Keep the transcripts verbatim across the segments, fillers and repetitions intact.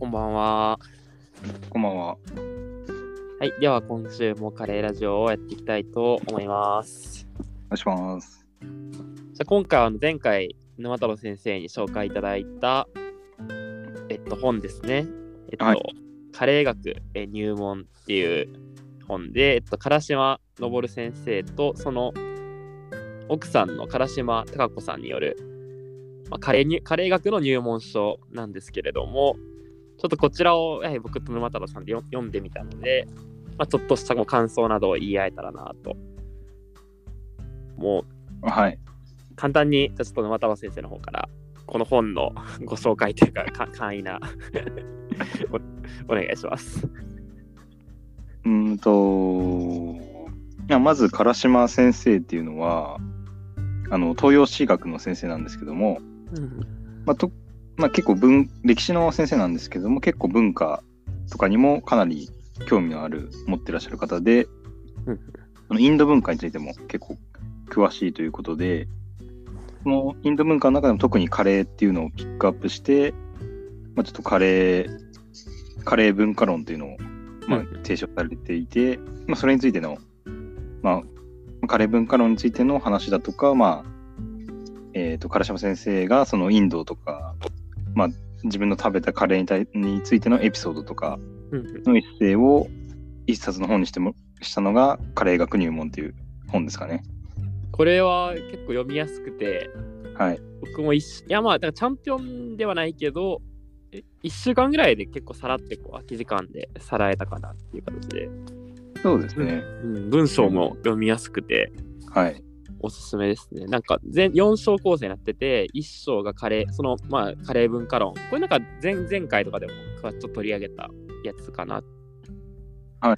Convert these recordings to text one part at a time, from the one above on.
こんばんは。 こんばんは。 はい、では今週もカレーラジオをやっていきたいと思います。 お願いします。 じゃあ今回は前回沼太郎先生に紹介いただいた、えっと、本ですね。えっと、はい、カレー学入門っていう本で、えっと、唐島昇先生とその奥さんの唐島貴子さんによる、まあ、カレーにカレー学の入門書なんですけれども、ちょっとこちらをやはり僕と沼太郎さんで読んでみたので、まあ、ちょっとした感想などを言い合えたらなと。もう、 はい、 簡単にちょっと沼太郎先生の方からこの本のご紹介というかか簡易なお, お願いします。 うーんといやまず唐島先生っていうのはあの東洋史学の先生なんですけども、うんまあとまあ、結構文歴史の先生なんですけども、結構文化とかにもかなり興味のある持ってらっしゃる方で、うん、インド文化についても結構詳しいということで、そのインド文化の中でも特にカレーっていうのをピックアップして、まあ、ちょっとカレーカレー文化論というのを、まあ、提唱されていて、まあ、それについての、まあ、カレー文化論についての話だとか、まあえーと、唐島先生がそのインドとか、まあ、自分の食べたカレーに対についてのエピソードとかのエッセイを一冊の本にしてもしたのがカレー学入門という本ですかね。 これは結構読みやすくて、 はい、 僕もいやまあだからチャンピオンではないけどいっしゅうかんぐらいで結構さらってこう空き時間でさらえたかなっていう形で。 そうですね、 うんうん、文章も読みやすくて、 うん、はい、 おすすめですね。なんか全よん章構成になってて、いっ章がカレー、そのまあカレー文化論。これなんか 前, 前回とかでもちょっと取り上げたやつかな。 はい。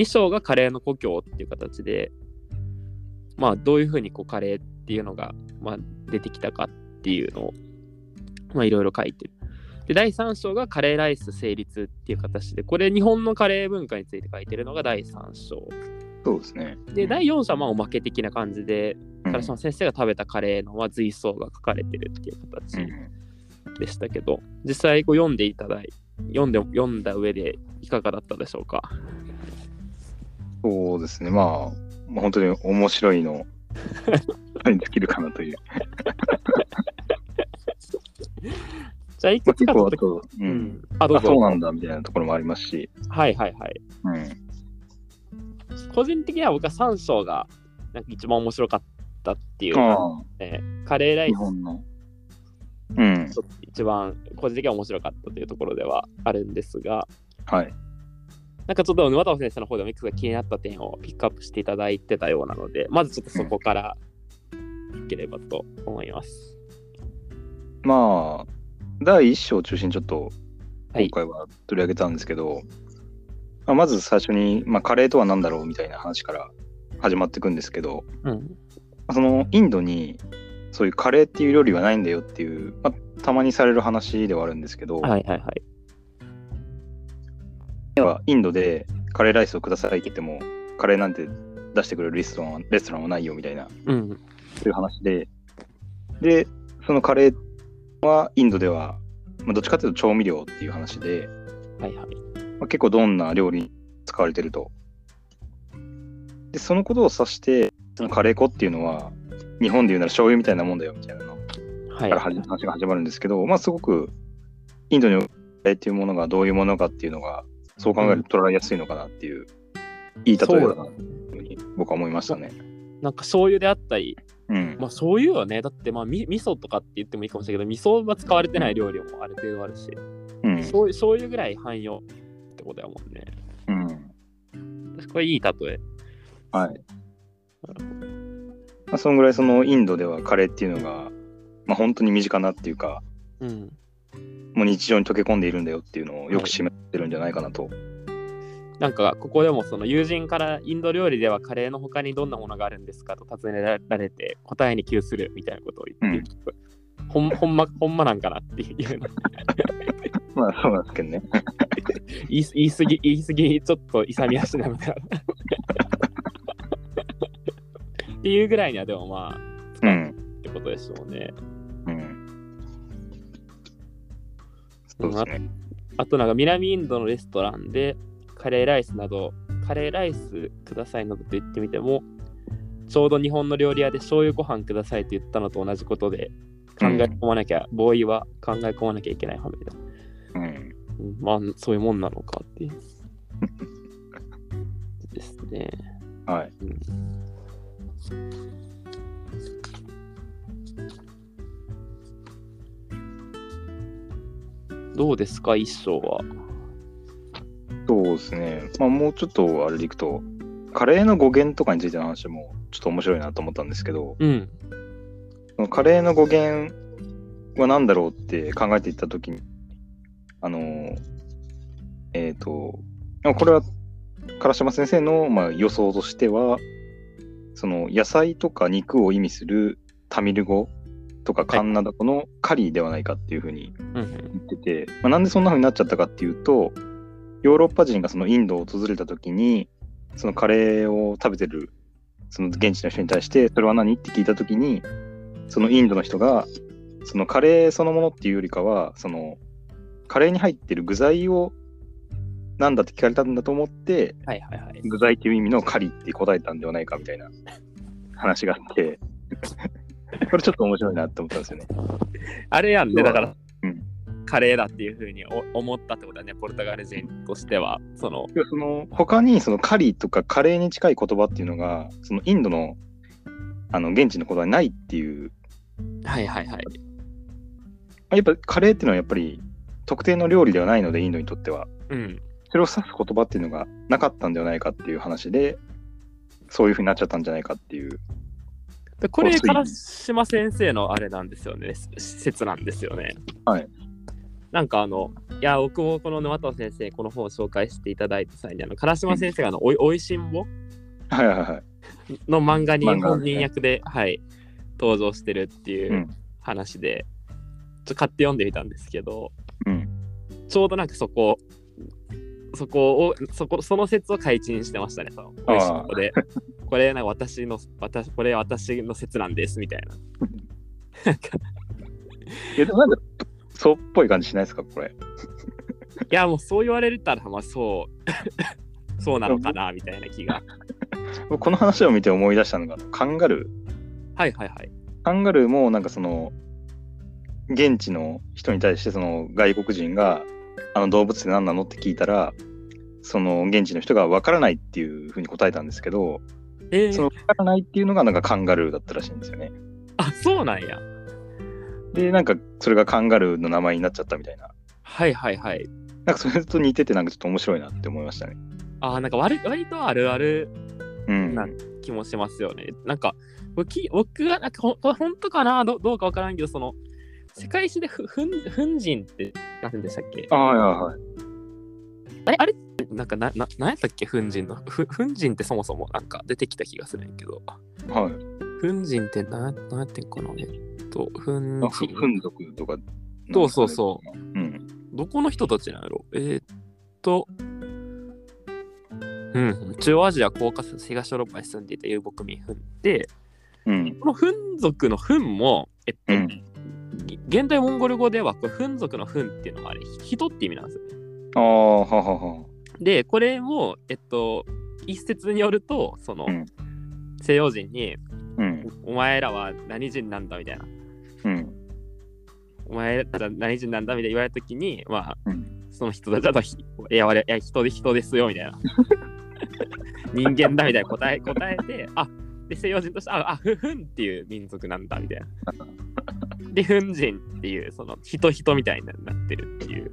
に章がカレーの故郷っていう形で、まあどういうふうにこうカレーっていうのがまあ出てきたかっていうのをまあいろいろ書いてる。でだいさん章がカレーライス成立っていう形で、これ日本のカレー文化について書いてるのがだいさん章。 そうですね。 で、だいよん章はまあおまけ的な感じで、唐島先生が食べたカレーのは随想が書かれてるっていう形でしたけど、うん、実際こう読んでいただい読んで読んだ上でいかがだったでしょうか。 そうですね、まあ、まあ、本当に面白いのに尽きるかなという。 じゃあいくつかちょっと、 まあ、うん、うん、あ、どうぞ。あ、そうなんだみたいなところもありますし。 はいはいはい。うん、個人的には僕はさん章がなんか一番面白かったっていうか、ね、カレーライス日本の、うん、 一番個人的には面白かったというところではあるんですが、 はい、 なんかちょっと沼田先生の方でもいくつか気になった点をピックアップしていただいてたようなので、まずちょっとそこからいければと思います。 うん、まあだいいっ章を中心にちょっと今回は取り上げたんですけど、はい、まあ、まず最初に、まあ、カレーとは何だろうみたいな話から始まっていくんですけど、うん、そのインドにそういうカレーっていう料理はないんだよっていう、まあ、たまにされる話ではあるんですけど、 はいはいはい、 ではインドでカレーライスをくださいって言ってもカレーなんて出してくれるレストランはレストランはないよみたいな、うん、そういう話で、でそのカレーはインドでは、まあ、どっちかというと調味料っていう話で、はいはい、まあ、結構どんな料理に使われてると。でそのことを指してそのカレー粉っていうのは日本でいうなら醤油みたいなもんだよみたいなのから話が始まるんですけど、はい、まあすごくインドにおいてカレーっていうものがどういうものかっていうのがそう考えると捉えやすいのかなっていう、うん、いい例えだなというふうに僕は思いましたね。 なんか醤油であったり、うん、まあ醤油はね、だってまあみ味噌とかって言ってもいいかもしれないけど、味噌は使われてない料理もある程度あるし、うん、醤油、醤油ぐらい汎用ってことやもんね。うん。確かにいい例え。 はい。なるほど。まあ、そのぐらいそのインドではカレーっていうのが、まあ、本当に身近なっていうか、うん、もう日常に溶け込んでいるんだよっていうのをよく示してるんじゃないかなと。はい、 なんかここでもその友人からインド料理ではカレーの他にどんなものがあるんですかと尋ねられて答えに窮するみたいなことを言って、うん、ほ, んほんまほんまなんかなっていうまあそうなんですけどね言い言い過ぎ言い過ぎちょっと勇み足なのかっていうぐらいにはでもまあ使うってことでしょうね。うん。うん、 そうですね。 あとなんか南インドのレストランでカレーライスなど、カレーライスくださいなどと言ってみても、ちょうど日本の料理屋で醤油ご飯くださいと言ったのと同じことで考え込まなきゃ、うん、ボーイは考え込まなきゃいけないはめだ。うん。まあそういうもんなのかっていうですね。 はい。 うん、どうですか、一章は。 そうですね。まあもうちょっとあれでいくと、カレーの語源とかについての話もちょっと面白いなと思ったんですけど、 うん、 そのカレーの語源は何だろうって考えていったときに、あのえっ、ー、とこれは唐島先生のまあ予想としては、その野菜とか肉を意味するタミル語とかカンナダ語のカリーではないかっていうふうに言ってて、はい、まあ、なんでそんなふうになっちゃったかっていうと、ヨーロッパ人がそのインドを訪れたときに、そのカレーを食べてるその現地の人に対して、それは何って聞いたときに、そのインドの人がそのカレーそのものっていうよりかは、そのカレーに入ってる具材をなんだって聞かれたんだと思って、 はいはいはい、 具材っていう意味のカリって答えたんではないかみたいな話があってこれちょっと面白いなって思ったんですよね。 あれやんね、だから、うん、カレーだっていうふうに思ったってことだね、ポルトガル人としては。そのその他にそのカリとかカレーに近い言葉っていうのが、そのインドのあの現地の言葉にないっていう。 はいはいはい。 やっぱカレーっていうのはやっぱり特定の料理ではないので、インドにとっては。 うん。 それを指す言葉っていうのがなかったんではないかっていう話で、そういうふうになっちゃったんじゃないかっていう。 でこれ、唐島先生のあれなんですよね、説なんですよね。 はい。 なんかあの、いや、僕もこの沼田先生、この本を紹介していただいた際に、あの唐島先生があの、おい、おいしんぼはいはいはい。 の漫画に本人役で、はい、登場してるっていう話で、うん、ちょっと買って読んでみたんですけど、 うん、 ちょうどなんかそこ、そこをそこその説を開陳してましたね。そのおいしんぼでこれなんか私の私これ私の説なんですみたいな。 いやでもなんかそうっぽい感じしないですかこれ。いやもうそう言われたらまあそうそうなのかなみたいな気が。 この話を見て思い出したのがカンガルー。 はいはいはい。 カンガルーもなんかその現地の人に対してその外国人があの動物って何なのって聞いたら、その現地の人が分からないっていうふうに答えたんですけど、えー、その分からないっていうのがなんかカンガルーだったらしいんですよね。 あ、そうなんや。 で、なんかそれがカンガルーの名前になっちゃったみたいな。 はいはいはい。 なんかそれと似ててなんかちょっと面白いなって思いましたね。 あ、なんか割割とあるあるな気もしますよね。うん、なんか僕僕がなんかほ本当かな ど, どうか分からんけど、その世界史でフンフン人って何でしたっけ？ あ、はいはいはい。 あれあれなんかなな何やったっけ？フン人のフフン人ってそもそもなんか出てきた気がするんやけど。 はい。 フン人って何何やってんかなね。とフン人。 フン族とか。 そうそうそう。 うん。 どこの人たちなんやろ？えー、っと。うん、中央アジア、コーカス、東ヨーロッパに住んでいた遊牧民フンで、 うん、 このフン族のフンも、えっと、うん、現代モンゴル語ではこれフン族のフンっていうのがあれ人って意味なんですよね。 ああ、ははは。 で、これも、えっと、一説によると、その、うん、西洋人に、うん、お前らは何人なんだみたいな。 うん、 お前らは何人なんだみたいな言われたときに、まあ、うん、その人たちだと、いや、いや人で人ですよみたいな。人間だみたいな答え答えて、あで西洋人としてああフフンっていう民族なんだみたいな。でフン人っていうその人人みたいになってるっていう。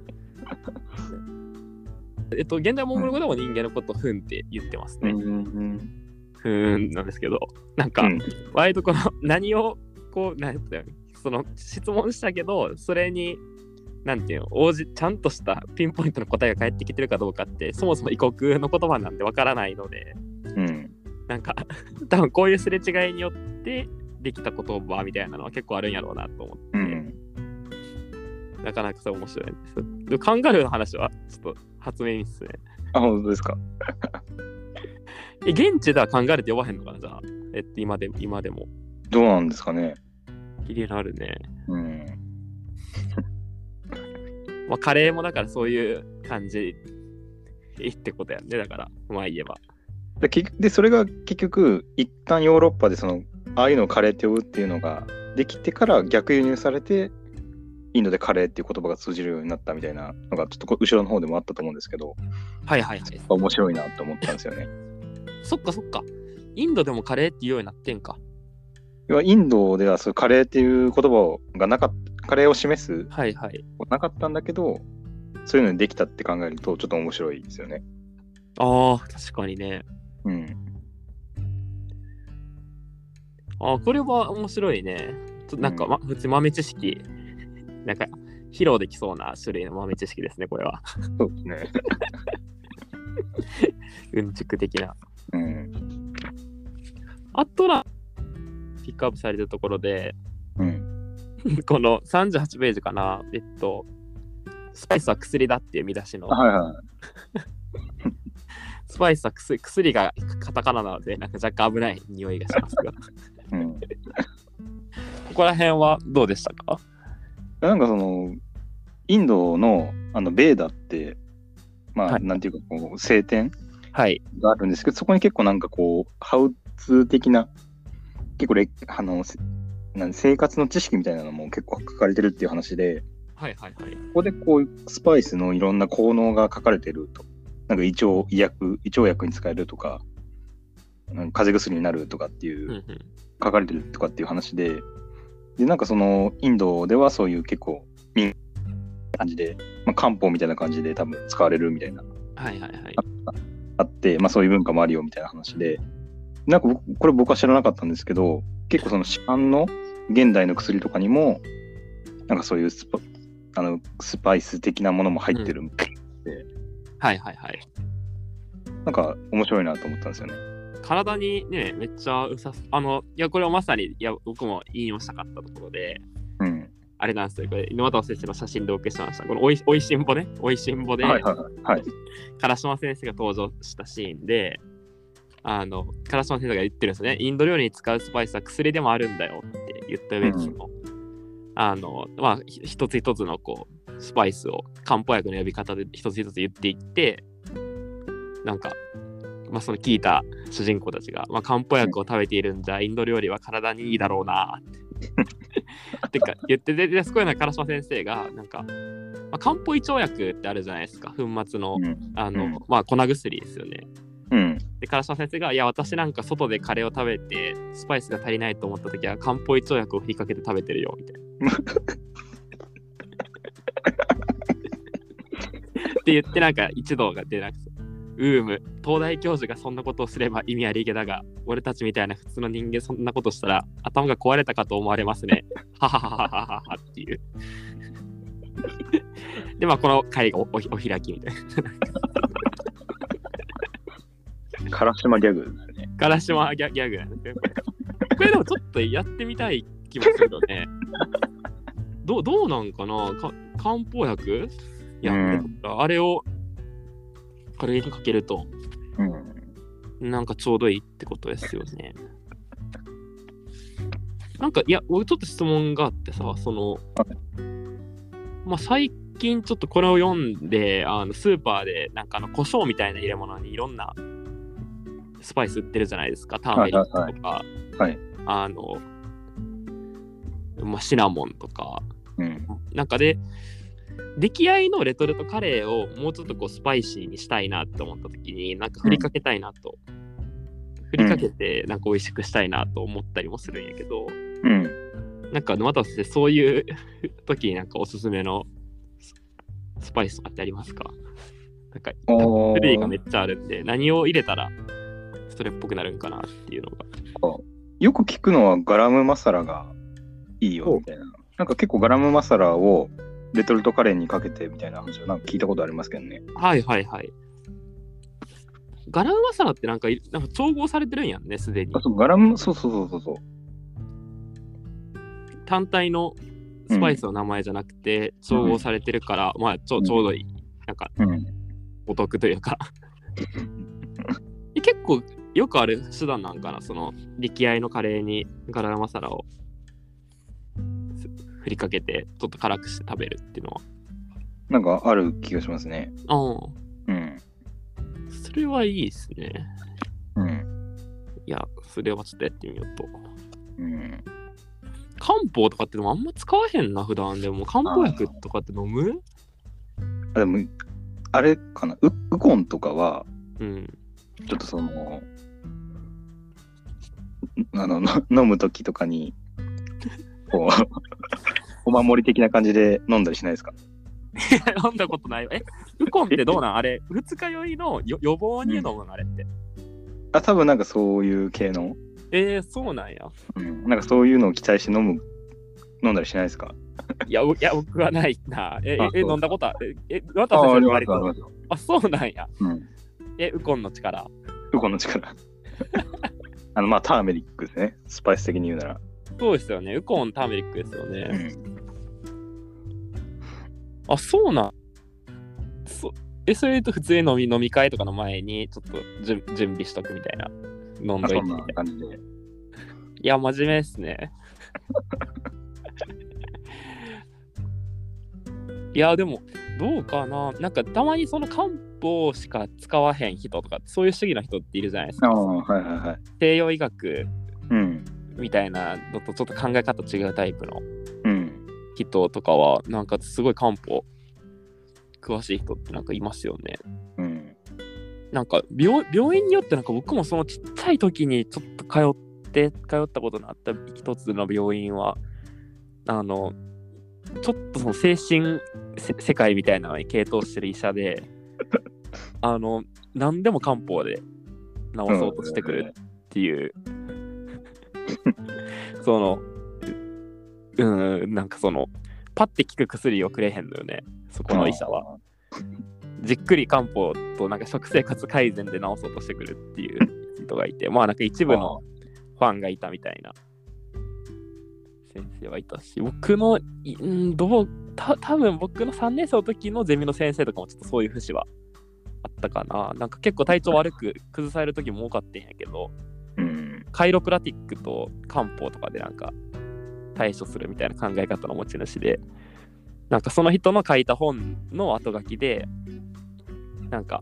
えっと現代モンゴル語でも人間のことをフンって言ってますね。 うんフンなんですけど、なんか、うん、割とこの何をこうなんていうのその質問したけどそれになんていうの応じちゃんとしたピンポイントの答えが返ってきてるかどうかってそもそも異国の言葉なんてわからないので、 うん、 なんか多分こういうすれ違いによってできた言葉みたいなのは結構あるんやろうなと思って、うん、なかなかそう面白いんです。でカンガルーの話はちょっと初耳ですね。 あ、本当ですか。 え現地ではカンガルーって呼ばへんのかなじゃあ、えっと、今で今でもどうなんですかね。 気になるね。 うんまあカレーもだからそういう感じってことやんね。だからまあ言えばで, でそれが結局一旦ヨーロッパでそのああいうのをカレーって呼ぶっていうのができてから逆輸入されてインドでカレーっていう言葉が通じるようになったみたいなのがちょっと後ろの方でもあったと思うんですけど、 はいはいはい、 面白いなと思ったんですよね。 そっかそっか、インドでもカレーっていうようになってんか。 要はインドではそうカレーっていう言葉がなかった、カレーを示す、 はいはい、 なかったんだけどそういうのにできたって考えるとちょっと面白いですよね。 ああ確かにね。 うん。 ああこれは面白いね。なんか、ま、普通豆知識なんか披露できそうな種類の豆知識ですねこれは。 そうですね。 うんちく的な。 うん。 あとらピックアップされてるところで、 うん、 このさんじゅうはちページかな、えっとスパイスは薬だっていう見出しの、 はいはい、 スパイスは 薬, 薬がカタカナなのでなんか若干危ない匂いがしますが、うん、ここら辺はどうでしたか？ なんかそのインドのあのベーダってまあ、はい、なんていうかこう聖典があるんですけど、はい、そこに結構なんかこうハウツー的な結構レあのなん生活の知識みたいなのも結構書かれてるっていう話で、 はいはいはい、ここでこういうスパイスのいろんな効能が書かれてると、なんか胃腸医薬胃腸薬に使えるとか、なんか風邪薬になるとかっていう、うんうん、書かれてるとかっていう話で、でなんかそのインドではそういう結構民感じで、まあ、漢方みたいな感じで多分使われるみたいな、 はいはいはい、 あ, あって、まあそういう文化もあるよみたいな話で、なんかこれ僕は知らなかったんですけど、結構その市販の現代の薬とかにもなんかそういうス パ, あのスパイス的なものも入ってるみたいで、うん、 はいはいはい、 なんか面白いなと思ったんですよね。 体にねめっちゃうさあのいやこれはまさにいや僕も引用したかったところで、うん、あれなんですよ、これ井俣先生の写真でお受けしました。このおいおいしんぼね、おいしんぼで、はいはいはい、唐島先生が登場したシーンで、あの唐島先生が言ってるんですね。インド料理に使うスパイスは薬でもあるんだよって言った上で、うん、あのまあ一つ一つのこうスパイスを漢方薬の呼び方で一つ一つ言っていって、なんかまあその聞いた主人公たちが、まあ、漢方薬を食べているんじゃインド料理は体にいいだろうなっててか言ってて、ですごいな唐島先生がなんか、まあ、漢方胃腸薬ってあるじゃないですか、粉末の、うん、あの、うん、まあ粉薬ですよね。うん、で唐島先生がいや私なんか外でカレーを食べてスパイスが足りないと思った時は漢方胃腸薬を振りかけて食べてるよみたいなって言ってなんか一同が出なくて、うーむ東大教授がそんなことをすれば意味ありげだが俺たちみたいな普通の人間そんなことしたら頭が壊れたかと思われますねははははははっていうでまあこの会が お, お, お開きみたいなからしまギャグですね。 からしまギャ, ギャグなんですよ。これでもちょっとやってみたい気もするよね。ど, どうなんかなか漢方薬いや、うん、あれをカレーにかけると、うん、なんかちょうどいいってことですよね。なんかいや俺ちょっと質問があってさ、そのまあ最近ちょっとこれを読んであのスーパーでなんかあの胡椒みたいな入れ物にいろんなスパイス売ってるじゃないですか。ターメリックとか、はいはいはい、あの、まあ、シナモンとか、うん、なんかで出来合いのレトルトカレーをもうちょっとこうスパイシーにしたいなって思った時になんか振りかけたいなと、うん、振りかけてなんか美味しくしたいなと思ったりもするんやけど、うん、なんかまたそういう時になんかおすすめのスパイスとかってありますか？なんか種類がめっちゃあるんで何を入れたらそれっぽくなるんかなっていうのが。 よく聞くのはガラムマサラがいいよみたいな。なんか結構ガラムマサラをレトルトカレーにかけてみたいな話をなんか聞いたことありますけどね。 はいはいはい。ガラムマサラってなんかなんか調合されてるんやんねすでに。 あ、そうガラムそうそうそうそうそう。 単体のスパイスの名前じゃなくて、うん、調合されてるから、うん、まあち ょ, ちょうどいい、うん、なんか、うん、お得というか結構よくある手段なんかな、その出来合いのカレーにガラムマサラを振りかけてちょっと辛くして食べるっていうのは。 なんかある気がしますね。 ああ。 うん。 それはいいですね。 うん。 いや、それはちょっとやってみようと。 うん。 漢方とかってでもあんま使わへんな、普段でも。漢方薬とかって飲む？ あ、でも、あれかな、ウ, ウコンとかは、 うん。 ちょっとその、あの、飲むときとかに、こう、お守り的な感じで飲んだりしないですか？ 飲んだことないよ。え、ウコンってどうなんあれ、二日酔いのよ予防に飲むの、あれって。 あ、多分なんかそういう系の。 えー、そうなんや。 うん。なんかそういうのを期待して飲む、飲んだりしないですか？ いや、いや僕はないな。え、え、飲んだことある？え、渡瀬先生割と。 あ、そうなんや。 うん。 え、ウコンの力。 ウコンの力。あの、まあ、ターメリックですね。スパイス的に言うなら。 そうですよね。ウコンターメリックですよね。 うん、 あ、そうなん。そえ、それと普通に飲み飲み会とかの前にちょっと準準備しとくみたいな。飲んどいてみたいな。そんな感じで。いや、真面目ですね。いや、でも、どうかな。なんか、たまにその漢方しか使わへん人とか、そういう主義の人っているじゃないですか。 ああ、はいはいはい。 西洋医学うんみたいなのとちょっと考え方違うタイプのうん人とかは、なんかすごい漢方詳しい人ってなんかいますよね。 うん。 なんか 病, 病院によってなんか僕もそのちっちゃい時にちょっと通って通ったことのあった一つの病院はあのちょっとその精神世界みたいなのに傾倒してる医者であの何でも漢方で治そうとしてくるっていう、うん、そのうんなんかそのパッて効く薬をくれへんのよね、そこの医者は。じっくり漢方となんか食生活改善で治そうとしてくるっていう人がいて、まあなんか一部のファンがいたみたいな先生はいたし、僕のんどうた多分僕のさんねん生の時のゼミの先生とかもちょっとそういう節はあったかな。なんか結構体調悪く崩される時も多かったんやけど、 うん、 カイロプラティックと漢方とかでなんか対処するみたいな考え方の持ち主で、なんかその人の書いた本の後書きでなんか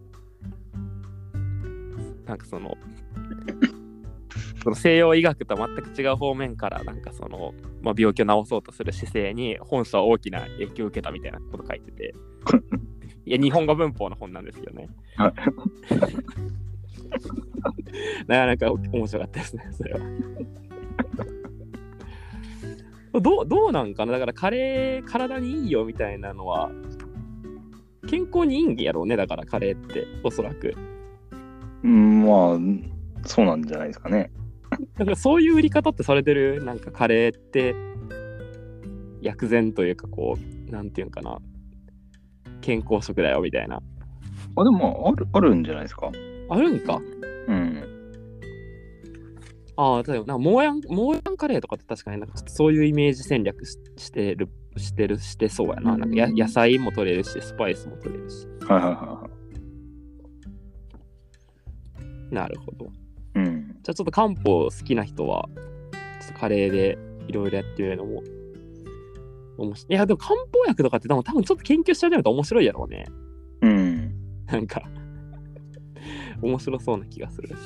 なんかそのその西洋医学と全く違う方面からなんかその、まあ、病気を治そうとする姿勢に本書は大きな影響を受けたみたいなこと書いてていや日本語文法の本なんですけどねなかなか面白かったですねそれはどう、どうなんかな。だからカレー体にいいよみたいなのは健康にいいんやろうね。だからカレーっておそらくうんまあそうなんじゃないですかね。 なんかそういう売り方ってされてる。なんかカレーって薬膳というかこうなんていうんかな健康食だよみたいな。 あでもあるあるんじゃないですか。 あるんか。 うんああ、例えばなんかモーヤンモーヤンカレーとかって確かになんかちょっとそういうイメージ戦略 し, してるしてるしてそうやな。なんかや野菜も取れるしスパイスも取れるし。 はいはいはい。 なるほど。 うん。 じゃあちょっと漢方好きな人はちょっとカレーでいろいろやってみるのも面白い。いやでも漢方薬とかって多分ちょっと研究し始めると面白いやろうね。 うん。 なんか面白そうな気がする。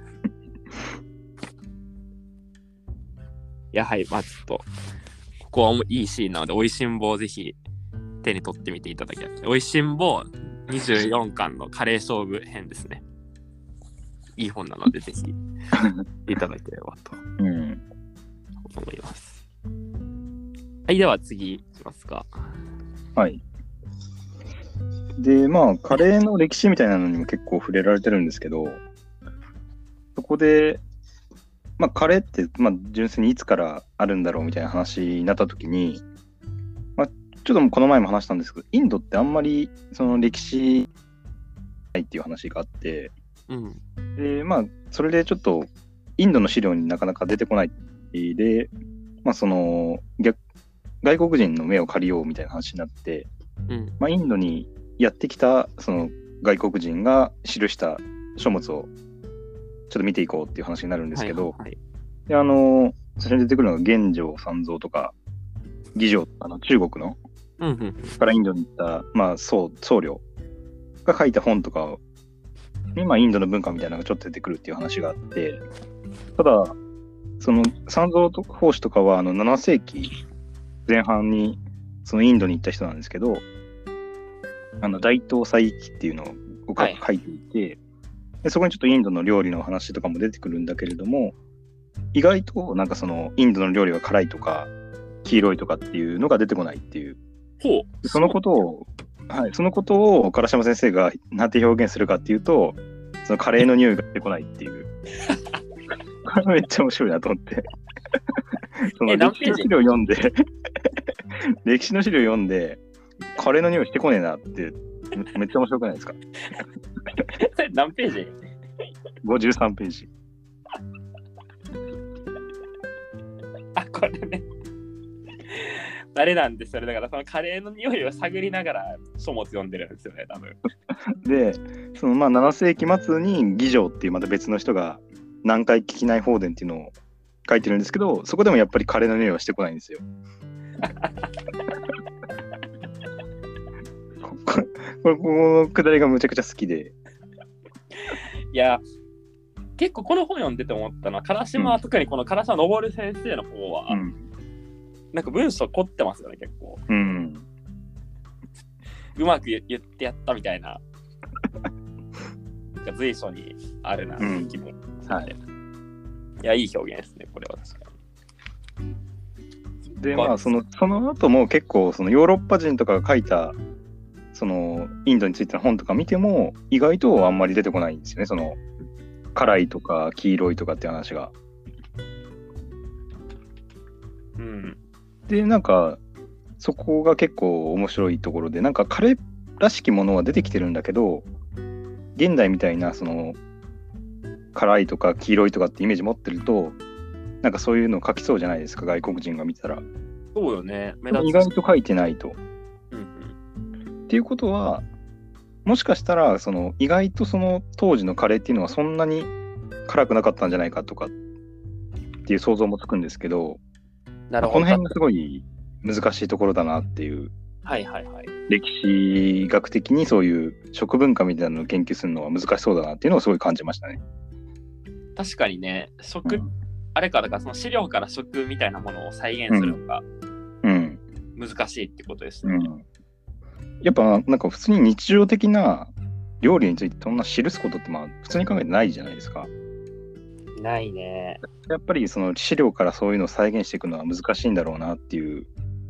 いやはいまあちょっとここはいいシーンなので、おいしんぼをぜひ手に取ってみていただきたい。おいしんぼにじゅうよんかんのカレー勝負編ですね。いい本なのでぜひいただければと思います。うん、はい、では次いきますか。 はい。で、まあ、カレーの歴史みたいなのにも結構触れられてるんですけど、そこで、まあ、カレーって、まあ、純粋にいつからあるんだろうみたいな話になったときに、まあ、ちょっとこの前も話したんですけど、インドってあんまりその歴史ないっていう話があって、 うん、 で、まあ、それでちょっとインドの資料になかなか出てこないで、まあ、その逆外国人の目を借りようみたいな話になって、 うんまあ、インドにやってきたその外国人が記した書物をちょっと見ていこうっていう話になるんですけど、はいはいはい、であの最初に出てくるのが玄奘三蔵とか義浄、あの中国のうんうん、 からインドに行った、まあ、僧侶が書いた本とかに、まあ、インドの文化みたいなのがちょっと出てくるっていう話があって、ただ、その三蔵法師とかはあのなな世紀前半にそのインドに行った人なんですけど、あの大東西記っていうのを書いていて、はい、でそこにちょっとインドの料理の話とかも出てくるんだけれども、意外となんかそのインドの料理は辛いとか黄色いとかっていうのが出てこないっていう、 ほうそのことを、はい、そのことを唐島先生がなんて表現するかっていうと、そのカレーの匂いが出てこないっていうこれめっちゃ面白いなと思ってその歴史の資料読んで歴史の資料読んでカレーの匂いしてこねえなってめっちゃ面白くないですかそれ何ページ ? ごじゅうさん ページ。 あ、これね。あれなんですよね。だからそのカレーの匂いを探りながら書物読んでるんですよね、多分。 で、そのまあなな世紀末に義浄っていうまた別の人が南海危機内法伝っていうのを書いてるんですけど、そこでもやっぱりカレーの匂いはしてこないんですよ。ここのくだりがむちゃくちゃ好きで。 いや、結構この本読んでて思ったのは、唐島、うん、特にこの唐島昇先生の方は、うん、なんか文章凝ってますよね、結構。 うん、 うまく言ってやったみたいな。随所にあるな、うん、気分。はい。いや、いい表現ですね、これは確かに。 で、まあ、その、その後も結構、そのヨーロッパ人とかが書いた、その、インドについての本とか見ても、意外とあんまり出てこないんですよね、その、辛いとか黄色いとかって話が。 うん。 で、なんか、そこが結構面白いところで、なんか彼らしきものは出てきてるんだけど、現代みたいな、その、辛いとか黄色いとかってイメージ持ってると、なんかそういうの書きそうじゃないですか、外国人が見てたら。 そうよね。 目立つ。意外と書いてないと。 うんうん、 っていうことは、もしかしたらその意外とその当時のカレーっていうのはそんなに辛くなかったんじゃないかとかっていう想像もつくんですけど、 なるほど。 この辺がすごい難しいところだなっていう。 はいはいはい。 歴史学的にそういう食文化みたいなのを研究するのは難しそうだなっていうのをすごい感じましたね。 確かにね、食、うん、あれかだからその資料から食みたいなものを再現するのが難しいってことですね。 うんうん、やっぱなんか普通に日常的な料理についてそんな記すことってまあ普通に考えてないじゃないですか。 ないね。 やっぱりその資料からそういうのを再現していくのは難しいんだろうなっていう。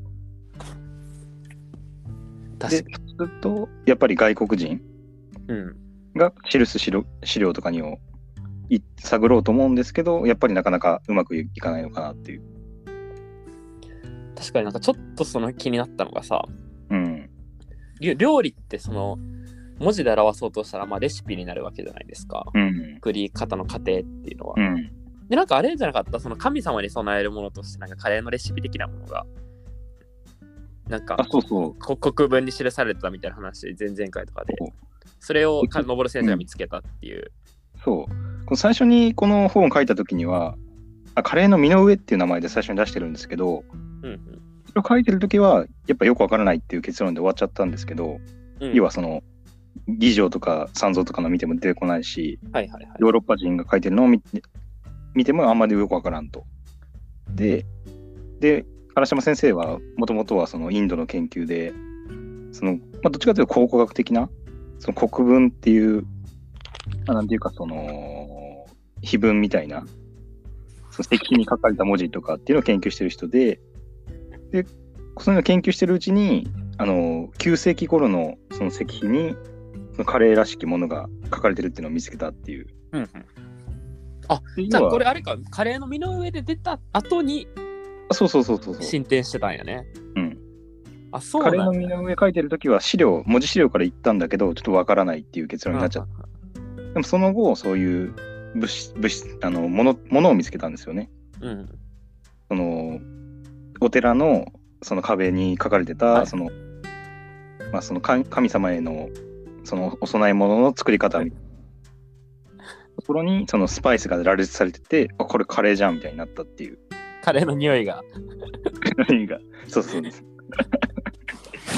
確かに。 で、するとやっぱり外国人が記す資料、資料とかにを探ろうと思うんですけど、やっぱりなかなかうまくいかないのかなっていう。 確かになんかちょっとその気になったのがさ、 うん、 料理ってその文字で表そうとしたらまあレシピになるわけじゃないですか、 うん、 作り方の過程っていうのは、 うん、 でなんかあれじゃなかったその神様に備えるものとしてなんかカレーのレシピ的なものがなんかあそうそう国文に記されてたみたいな話前々回とかでそれを昇先生が見つけたっていう、 うん、そうこの最初にこの本を書いた時にはあカレーの身の上っていう名前で最初に出してるんですけど、 うんうん、 それを書いてる時はやっぱよくわからないっていう結論で終わっちゃったんですけど、うん、要はその義浄とか三蔵とかの見ても出てこないし、 はいはいはい、 ヨーロッパ人が書いてるのを見て、見てもあんまりよくわからんと。で、で、唐島先生はもともとはそのインドの研究で、その、まあ、どっちかというと考古学的な、その国文っていう、まあ、なんていうかその、碑文みたいな、その石碑に書かれた文字とかっていうのを研究してる人で、で、そういうのを研究してるうちに、あの、きゅう世紀頃のその石碑に、そのカレーらしきものが書かれてるっていうのを見つけたっていう。 うんうん、あ、じゃあこれあれか、カレーの身の上で出た後に、 そうそうそうそう進展してたんやね。 うん。 あ、そうなんだ。 カレーの身の上書いてるときは資料、文字資料から言ったんだけど、ちょっとわからないっていう結論になっちゃった。うん、でもその後、そういう物質、物質、あの、もの、ものを見つけたんですよね。 うん。 その、お寺の、その壁に書かれてた、はい、その、まあ、その神様への、そのお供え物の作り方みたいなところにそのスパイスが羅列されてて、あこれカレーじゃんみたいになったっていう。 カレーの匂いが。 匂いが。そうそうです。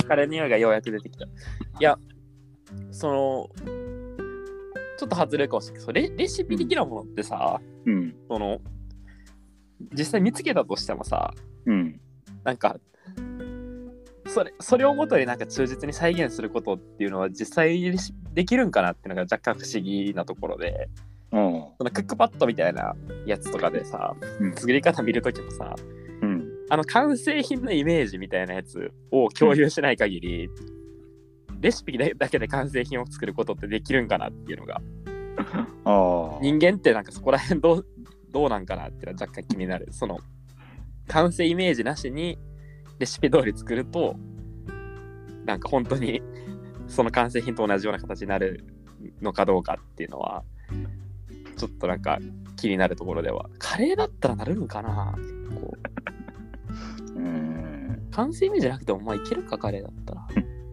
カレーの匂いがようやく出てきた。いや、その、ちょっと外れるかもしれないけど、レ, レシピ的なものってさ、 うん、 その、実際見つけたとしてもさ、 うん、 なんか、それ、それをもとになんか忠実に再現することっていうのは実際できるんかなっていうのが若干不思議なところで、 うん、 そのクックパッドみたいなやつとかでさ、うん、作り方見るときもさ、うん、あの完成品のイメージみたいなやつを共有しない限り、うん、レシピだけで完成品を作ることってできるんかなっていうのがあ人間ってなんかそこら辺どう、どうなんかなっていうのは若干気になる。その完成イメージなしにレシピ通り作るとなんか本当にその完成品と同じような形になるのかどうかっていうのはちょっとなんか気になるところでは。カレーだったらなるんかな。こううーん完成イメージなくてもまあいけるか、カレーだったら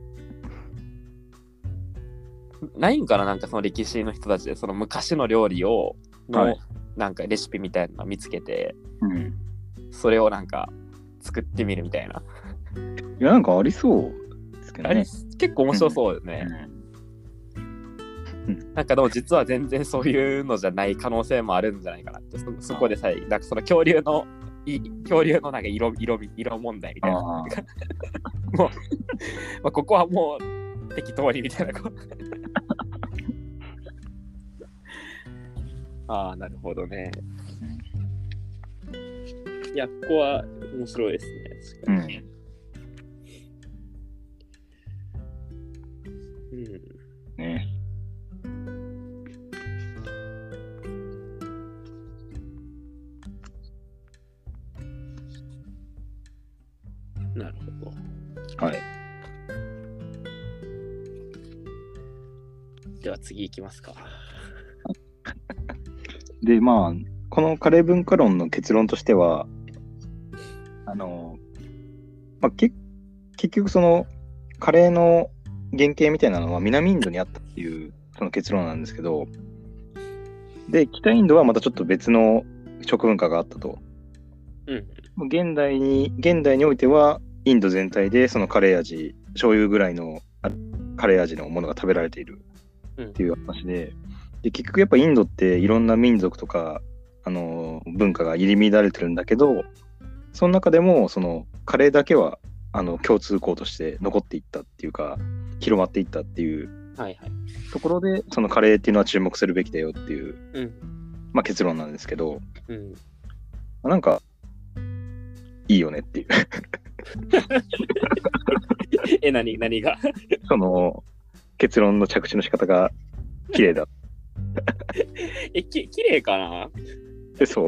ないんかな。なんかその歴史の人たちでその昔の料理をの、はい、なんかレシピみたいなの見つけて、うん、それをなんか作ってみるみたいな。 いやなんかありそうですけどね。 結構面白そうよね、うん、なんかでも実は全然そういうのじゃない可能性もあるんじゃないかなって。 そ, そこでさえなんかその恐竜のい恐竜のなんか 色, 色, 色問題みたいなもう、まあ、ここはもう適当にみたいなああなるほどね。いやここは面白いですね。確かに、うんうんね、なるほど。はい。では次行きますか。 で、まあ、このカレー文化論の結論としては、あの、まあ、け結局そのカレーの原型みたいなのは南インドにあったっていうその結論なんですけど、で、北インドはまたちょっと別の食文化があったと。うん。現代に、現代においては、インド全体でそのカレー味、醤油ぐらいのカレー味のものが食べられているっていう話で、うん、で結局やっぱインドっていろんな民族とか、あのー、文化が入り乱れてるんだけど、その中でもそのカレーだけはあの共通項として残っていったっていうか、広まっていったっていうところで、はいはい、そのカレーっていうのは注目するべきだよっていう、うん、まあ結論なんですけど、うん、なんかいいよねっていうえ、何何がその結論の着地の仕方が綺麗だえ、き綺麗かなえ、そう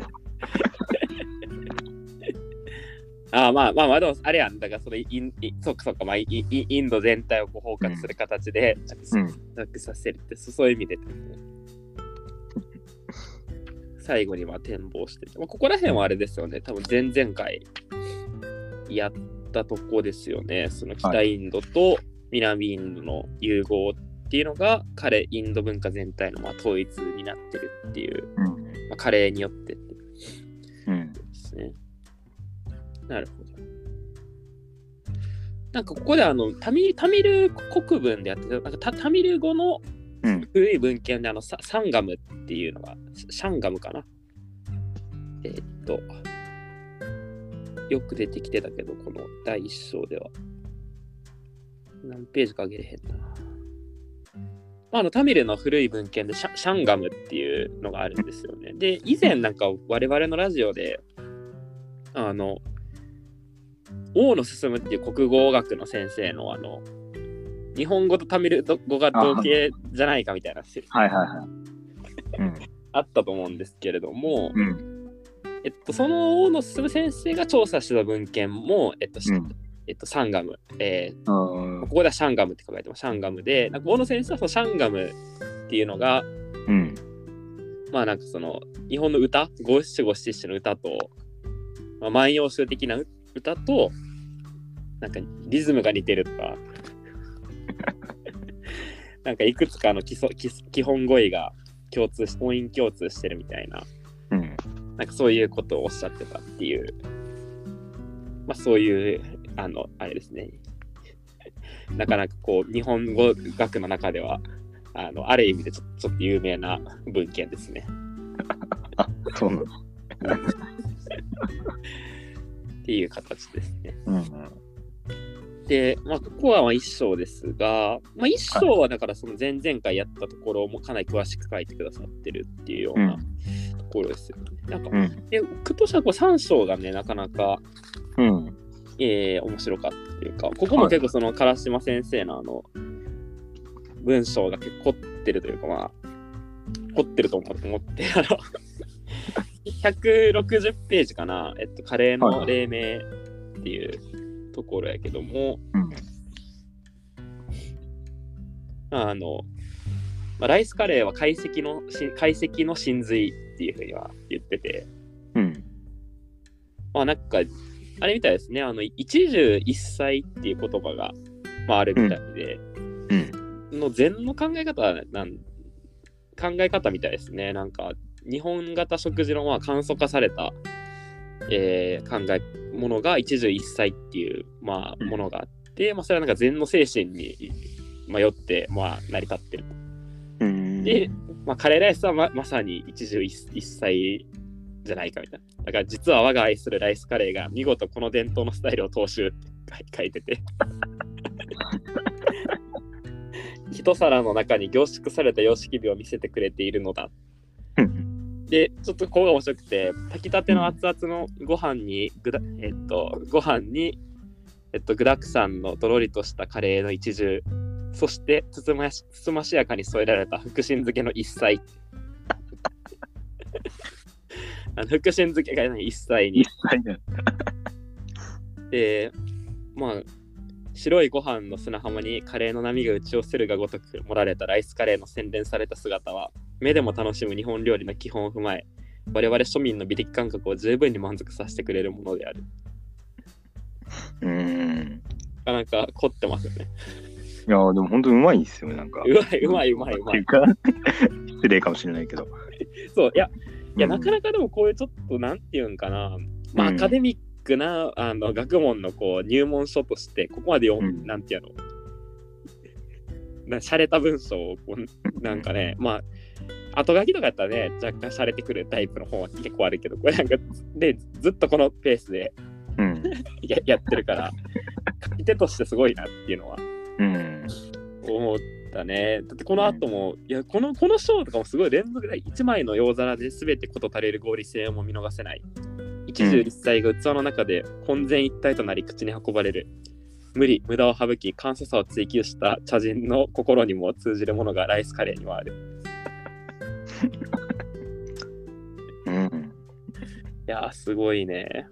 ああまあまあまあでもあれやんだからそれインイそっかそっかまあインインド全体をこう包括する形で着地させるって、そういう意味で、ね、最後にまあ展望してて、まあ、ここら辺はあれですよね、多分前々回やったとこですよね。その北インドと南インドの融合っていうのがカレーインド文化全体のまあ統一になってるっていう、うんまあ、カレーによってってうんですね。なるほど。なんかここであのタミ、タミル国文でやってた、なんか タ, タミル語の古い文献であの、うん、サ, サンガムっていうのが、シャンガムかな。えー、っと、よく出てきてたけど、この第一章では。何ページか上げれへんな。あのタミルの古い文献でシャ、シャンガムっていうのがあるんですよね。で、以前なんか我々のラジオで、あの、大野進っていう国語学の先生のあの日本語とタミル語が同型じゃないかみたいな説はいはいはい、 うん、あったと思うんですけれども、うん、えっとその大野進先生が調査した文献もえっと、うんえっと、サンガム、えー、ここではシャンガムって書かれてます。シャンガムで、なんか大野先生はそのシャンガムっていうのが、うん、まあなんかその日本の歌、五七五七七の歌と、まあ、万葉集的な歌となんかリズムが似てるとかなんかいくつかの基礎、基基本語彙が共通し音韻共通してるみたいな、うん、なんかそういうことをおっしゃってたっていう、まあそういうあのあれですねなかなかこう日本語学の中ではあのある意味でちょ、ちょっと有名な文献ですね。 あ、そうなのっていう形ですね。 うんうん、 で、まあ、ここはまあ一章ですが、まあ、一章はだからその前々回やったところもかなり詳しく書いてくださってるっていうようなところですよね。うん、なんか、うん、で僕としてはこうさん章がね、なかなか、 うんえー、面白かったっていうか、ここも結構その唐島先生のあの文章が結構凝ってるというか、まあ、凝ってると思って、あの、ひゃくろくじゅうページかな、えっと、カレーの黎明っていうところやけども、はい、あの、まあ、ライスカレーは解析の解析の真髄っていうふうには言ってて、 うん、 まあなんかあれみたいですね、あの一汁一菜っていう言葉が、まあ、あるみたいで、 うんうん、 の禅の考え方なん考え方みたいですね。なんか日本型食事のまあ簡素化された、えー、考えものが一汁一菜っていう、まあ、ものがあって、まあ、それはなんか禅の精神に、まあ、よって、まあ、成り立ってると。で、まあ、カレーライスは ま, まさに一汁 一, 一菜じゃないかみたいな。だから実は我が愛するライスカレーが見事この伝統のスタイルを踏襲って書いてて一皿の中に凝縮された様式美を見せてくれているのだ。で、ちょっとここが面白くて、炊きたての熱々のご飯にぐだ、えっと、ご飯に、えっと、具だくさんのとろりとしたカレーの一汁、そしてつつまし、つつましやかに添えられた福神漬けの一菜。あの福神漬けが一菜に。 一菜ね。 で、まあ、白いご飯の砂浜にカレーの波が打ち寄せるがごとく盛られたライスカレーの洗練された姿は、目でも楽しむ日本料理の基本を踏まえ、我々庶民の美的感覚を十分に満足させてくれるものである。 うーん。 なかなか凝ってますよね。 いやーでも本当にうまいですよね、なんか。 うまいうまいうまいうまい。 失礼かもしれないけど。 そう、いや、いや、うん、なかなかでもこういうちょっとなんていうんかな、まあ、うん、アカデミックなあの学問のこう入門書として、ここまで読む、うん、なんていうの、な洒落た文章をこうなんかね、まあ、後書きとかやったらね、若干洒落てくるタイプの本は結構あるけど、これなんかでずっとこのペースで、うん、や, やってるから、書き手としてすごいなっていうのは、うん、思ったね。だってこの後も、うん、いやこのこの章とかもすごい連続でいちまいの洋皿で全て事足りる合理性も見逃せない。一汁一菜が器の中で混然一体となり口に運ばれる。無理無駄を省き簡素さを追求した茶人の心にも通じるものがライスカレーにはある。うん、いやーすごいね。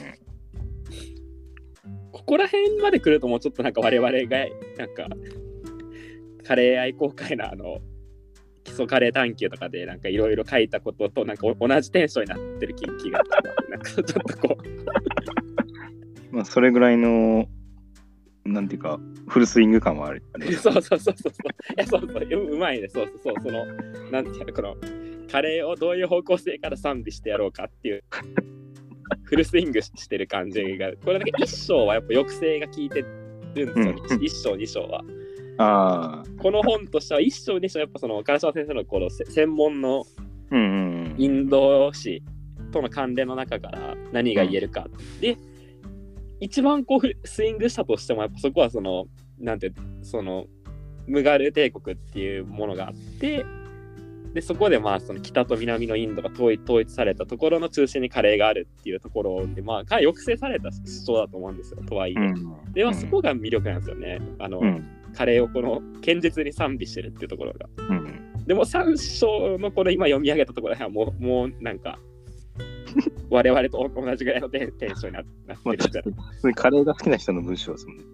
ここら辺まで来るともうちょっとなんか我々がなんかカレー愛好会のあの基礎カレー探求とかでなんかいろいろ書いたこととなんか同じテンションになってる気がなんかちょっとこうまあそれぐらいのなんていうかフルスイング感はある。 そうそうそうそうそう。いやそうそう う, うまいね。そうそうそうそのなんていうのこのカレーをどういう方向性から賛美してやろうかっていうフルスイングしてる感じがこれだけ一章はやっぱ抑制が効いてるんですよね。うん、一章二章は。あこの本としては一章二章やっぱその唐島先生のこの専門のインド史との関連の中から何が言えるか、うん、で一番こうスイングしたとしてもやっぱそこはそのなんてそのムガル帝国っていうものがあってでそこでまあその北と南のインドが統一、統一されたところの中心にカレーがあるっていうところでまあかなり抑制された主張だと思うんですよとはいえ、うん、ではそこが魅力なんですよねあの、うんカレーをこの堅実に賛美してるっていうところが、うん、でもさん章のこの今読み上げたところはもうもうなんか我々と同じぐらいのテンションになってるじゃないカレーが好きな人の文章ですもんね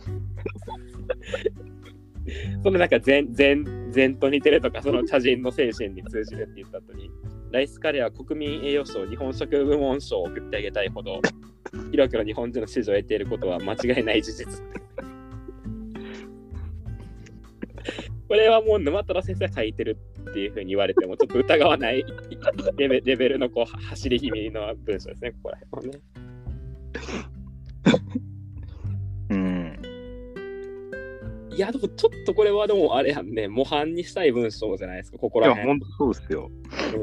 そのなんか禅禅禅と似てるとかその茶人の精神に通じるって言った後にライスカレーは国民栄養賞日本食部門賞を送ってあげたいほど広くの日本人の支持を得ていることは間違いない事実これはもう沼虎先生が書いてるっていう風に言われてもちょっと疑わないレ ベ, レベルのこう走り気味の文章ですねここら辺もねうんやでもちょっとこれはでもあれやんね、模範にしたい文章じゃないですか、ここら辺。 いや、ほんとそうですよ。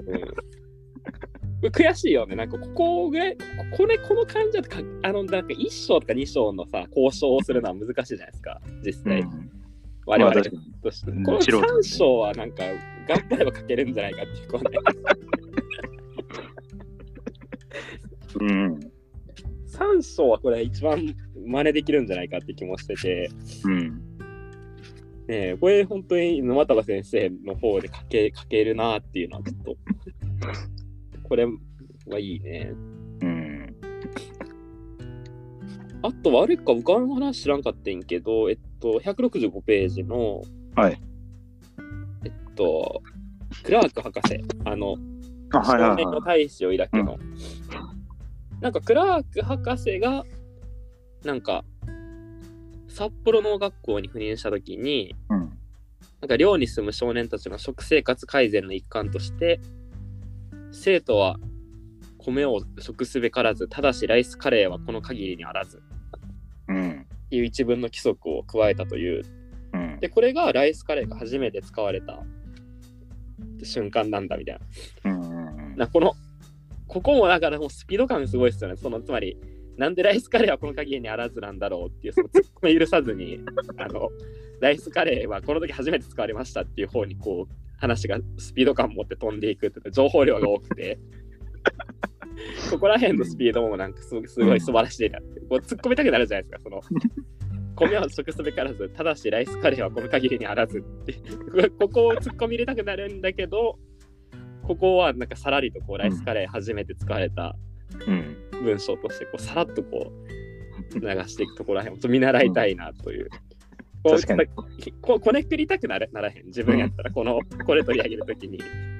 うん、悔しいよね、なんかここぐらい、これこの感じだとか、あのなんかいっ章とかに章のさ、交渉をするのは難しいじゃないですか、実際。うん、我々として。まあ、このさん章はなんか、頑張れば書けるんじゃないかっていう、こね。 うん。 さん章はこれ一番真似できるんじゃないかって気もしてて、 うん、 ねえ、これ本当に沼田先生の方で書け、書けるなっていうのはちょっとこれはいいね。 うん。 あとはあれか、僕あの話知らんかったんけど、えっとひゃくろくじゅうごページの、 はい、 えっとクラーク博士、あのあ、はいはいはい、 少年の大使を抱けの、うん、なんかクラーク博士がなんか札幌農学校に赴任したときに、 うん、 なんか寮に住む少年たちの食生活改善の一環として生徒は米を食すべからず、ただしライスカレーはこの限りにあらず、 うん、 いう一文の規則を加えたという、 うん、 でこれがライスカレーが初めて使われた瞬間なんだみたいな、うんうんうん、なこのここもだからもうスピード感すごいですよね。そのつまりなんでライスカレーはこの限りにあらずなんだろうっていうそのツッコミ許さずにあのライスカレーはこの時初めて使われましたっていう方にこう話がスピード感を持って飛んでいくって情報量が多くてここら辺のスピードもなんかすごい、すごい素晴らしいなってこう突っ込みたくなるじゃないですか。その米は食すべからず、ただしライスカレーはこの限りにあらずってここを突っ込み入れたくなるんだけど、ここはなんかさらりとこうライスカレー初めて使われた文章としてこうさらっとこう流していくところらへんを見習いたいなという、こう確かにこうこねくりたくならならへん自分やったらこのこれ取り上げるときに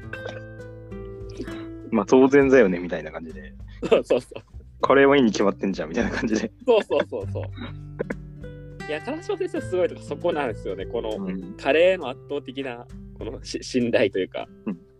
まあ当然だよねみたいな感じで、 そうそうそう、 カレーはいいに決まってんじゃんみたいな感じで、 そうそうそうそう。いや、唐島先生すごいとかそこなんですよね。このカレーの圧倒的なこのし信頼というか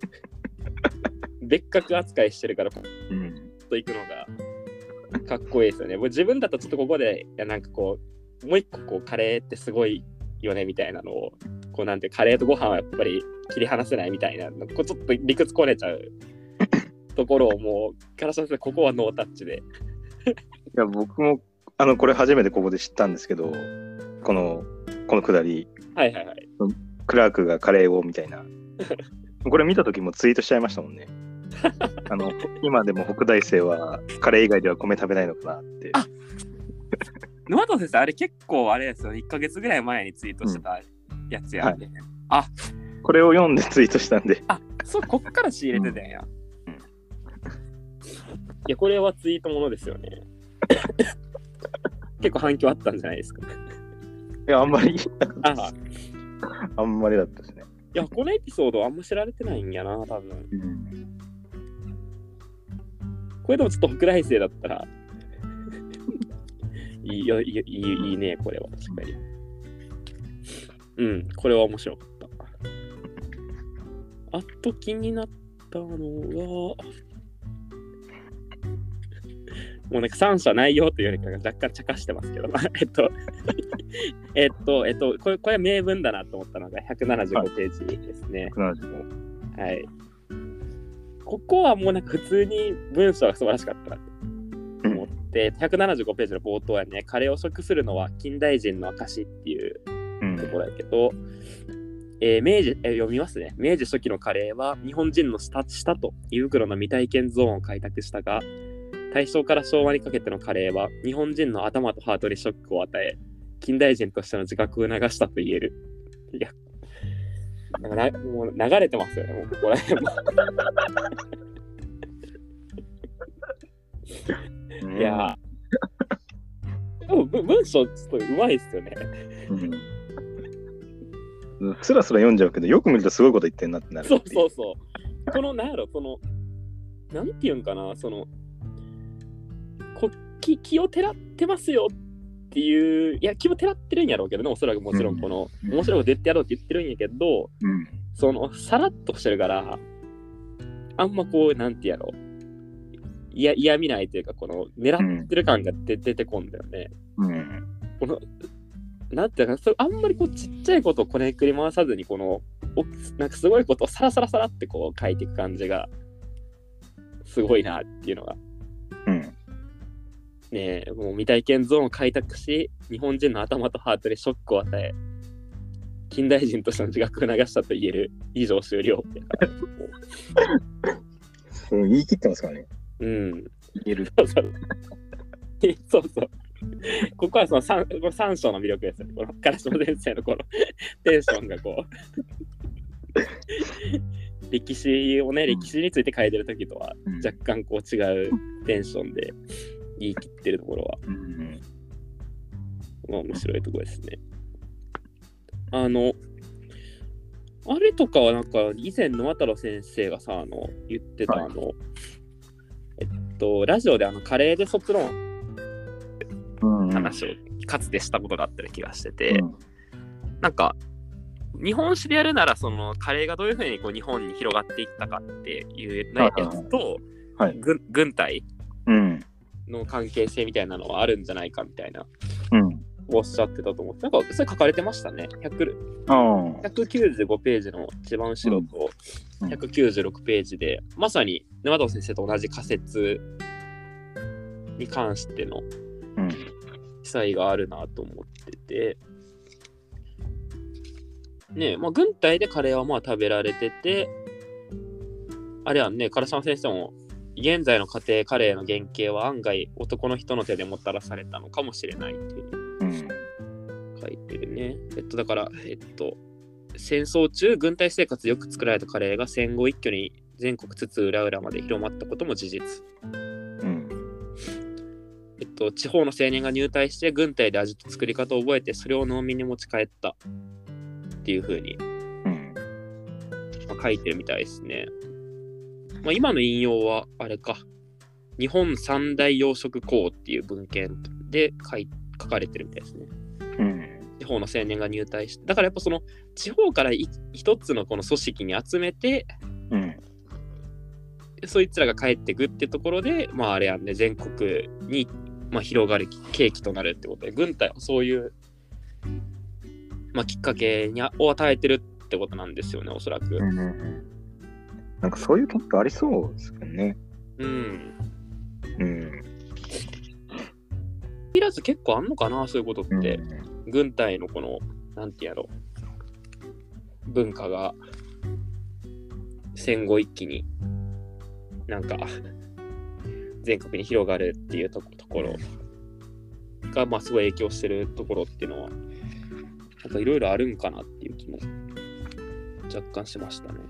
別格扱いしてるから、うん、といくのがかっこいいですよね。自分だとちょっとここでいやなんかこうもう一個こうカレーってすごいよねみたいなのをこうなんてカレーとご飯はやっぱり切り離せないみたいなこうちょっと理屈こねちゃうところをもう唐島先生ここはノータッチでいや僕もあのこれ初めてここで知ったんですけど、このこのくだり、 はいはいはい、 クラークがカレーをみたいなこれ見た時もツイートしちゃいましたもんねあの今でも北大生はカレー以外では米食べないのかなって。 あ沼田先生あれ結構あれですよね、いっかげつぐらい前にツイートしたやつやんね、うんはい、あこれを読んでツイートしたんで、 あそうこっから仕入れてたんや、うんうん、いやこれはツイートものですよね結構反響あったんじゃないですかいやあんまりああんまりだったですね。 いやこのエピソードあんま知られてないんやな多分、うん、これでもちょっと北大生だったらいいよいいいいいいねこれは確かに。うんこれは面白かった。あと気になったのがもうなんか三者内容というよりかが若干茶化してますけど、まあ、えっとえっとえっとこれこれは名文だなと思ったのがひゃくななじゅうごページですね。 ひゃくななじゅうごはい。ここはもうなんか普通に文章が素晴らしかったなと思って、うん、ひゃくななじゅうごページの冒頭はね、カレーを食するのは近代人の証っていうところだけど、うんえー、明治、えー、読みますね。明治初期のカレーは日本人の舌と胃袋の未体験ゾーンを開拓したが、大正から昭和にかけてのカレーは日本人の頭とハートにショックを与え、近代人としての自覚を促したと言える。いや、なんかなもう流れてますよね、もうここら辺も。いやー、でも文章ちょっとうまいっすよね。 うん、スラスラ読んじゃうけど、よく見るとすごいこと言ってんなってなる。 そうそうそう。この、なんやろ、その、なんていうんかな、その、こ気気をてらってますよっていう、いや気をてらってるんやろうけどね、おそらくもちろんこの、うん、面白いこと言ってやろうって言ってるんやけど、うん、そのさらっとしてるからあんまこうなんてやろういや嫌味ないというかこの狙ってる感が出、うん、出てこんだよね、うん、このなんていうか、あんまりこうちっちゃいことをこねくり回さずに、この、なんかすごいことをサラサラサラってこう書いていく感じが、すごいなっていうのが。 うん。 ねえ、もう未体験ゾーンを開拓し、日本人の頭とハートでショックを与え、近代人としての自覚を流したと言える以上終了ってそう言い切ってますからね。 うん。 言える。 そうそう。そうそう。ここはその 3, このさん章の魅力ですよ。この唐島先生のこのテンションがこう歴史をね、歴史について書いてる時とは若干こう違うテンションで言い切ってるところは、うん、まあ面白いところですね。あのあれとかはなんか以前沼太郎先生がさあの言ってた、はい、あのえっとラジオであのカレーで卒論話をかつてしたことがあった気がしてて、うん、なんか日本史でやるならそのカレーがどういうふうにこう日本に広がっていったかっていうやつと、はい、軍, 軍隊の関係性みたいなのはあるんじゃないかみたいな、うん、おっしゃってたと思って、なんかそれ書かれてましたね。ひゃくひゃくきゅうじゅうごページの一番後ろとひゃくきゅうじゅうろくページで、うん、まさに沼田先生と同じ仮説に関しての、うん記載があるなと思っててねえ、まあ軍隊でカレーはまあ食べられてて、あれはね、唐島先生も現在の家庭カレーの原型は案外男の人の手でもたらされたのかもしれないっていう、うん、書いてるね。えっとだからえっと戦争中軍隊生活でよく作られたカレーが戦後一挙に全国津々浦々まで広まったことも事実。えっと、地方の青年が入隊して軍隊で味と作り方を覚えてそれを農民に持ち帰ったっていう風に、うんまあ、書いてるみたいですね。まあ、今の引用はあれか、日本三大養殖港っていう文献で 書, い書かれてるみたいですね、うん。地方の青年が入隊して、だからやっぱその地方から一つのこの組織に集めて、うん、そいつらが帰ってくってところで、まああれやんね、全国にまあ、広がる契機となるってことで、軍隊はそういう、まあ、きっかけにを与えてるってことなんですよね、おそらく。うんうんうん、 なんかそういうことありそうですよね。うん。 うん。いらず結構あんのかな、そういうことって。うんうん、軍隊のこの、なんてやろう、文化が戦後一気になんか、全国に広がるっていうところが、まあ、すごい影響してるところっていうのはなんかいろいろあるんかなっていう気も若干しましたね。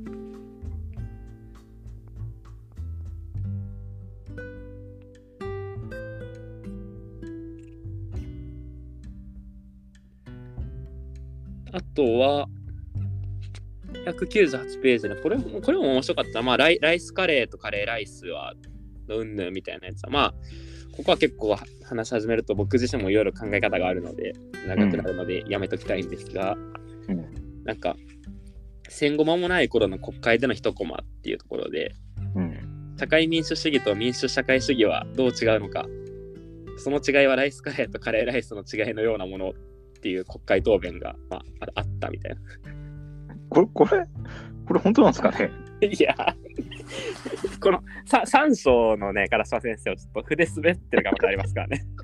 あとはひゃくきゅうじゅうはちページのこれもこれも面白かった。まあライ、ライスカレーとカレーライスはうんぬんみたいなやつは、まあここは結構話し始めると僕自身もいろいろ考え方があるので長くなるのでやめときたいんですが、うん、なんか戦後間もない頃の国会での一コマっていうところで、うん、社会民主主義と民主社会主義はどう違うのか、その違いはライスカレーとカレーライスの違いのようなものっていう国会答弁が、まあ、あったみたいな。 これこれこれ本当なんですかね。 いやこのさん章のね唐島先生をちょっと筆滑ってる可能性ありますからね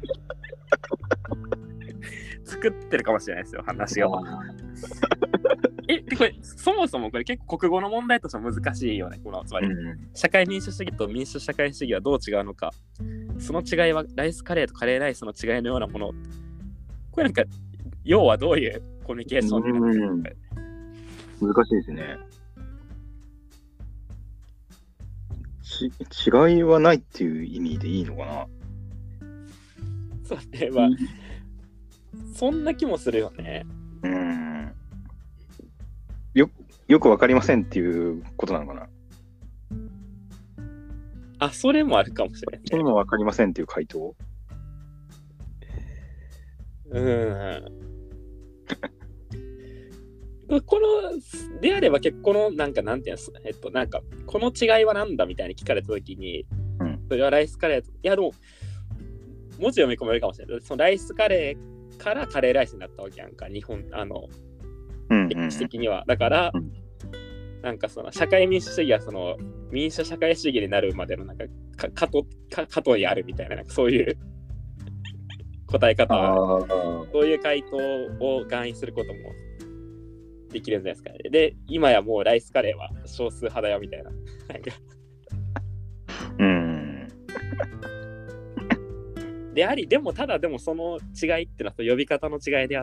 作ってるかもしれないですよ話をえこれそもそもこれ結構国語の問題としては難しいよね。このつまり、うん、社会民主主義と民主社会主義はどう違うのか、その違いはライスカレーとカレーライスの違いのようなもの、これなんか要はどういうコミュニケーションになってるのか、 うん、難しいですね。違いはないっていう意味でいいのかな。 そうね、まあ、うん、そんな気もするよね。うん。 よ、よくわかりませんっていうことなのかな。 あ、それもあるかもしれない、ね。 それもわかりませんっていう回答。 うん。このであれば結構のなんかなんていうんですえっとなんかこの違いはなんだみたいに聞かれたときに、うん、それはライスカレーといやでも文字読み込めるかもしれない。そのライスカレーからカレーライスになったわけやんか、日本、あの、 うんうん、 歴史的には。だから、うん、なんかその社会民主主義はその民主社会主義になるまでのなんか過渡にあるみたいな、なんかそういう答え方は、そういう回答を含意することもできるんじゃないですかね。で、今やもうライスカレーは少数派だよみたいな。 うん。 であり、でもただでもその違いってのは呼び方の違いであって、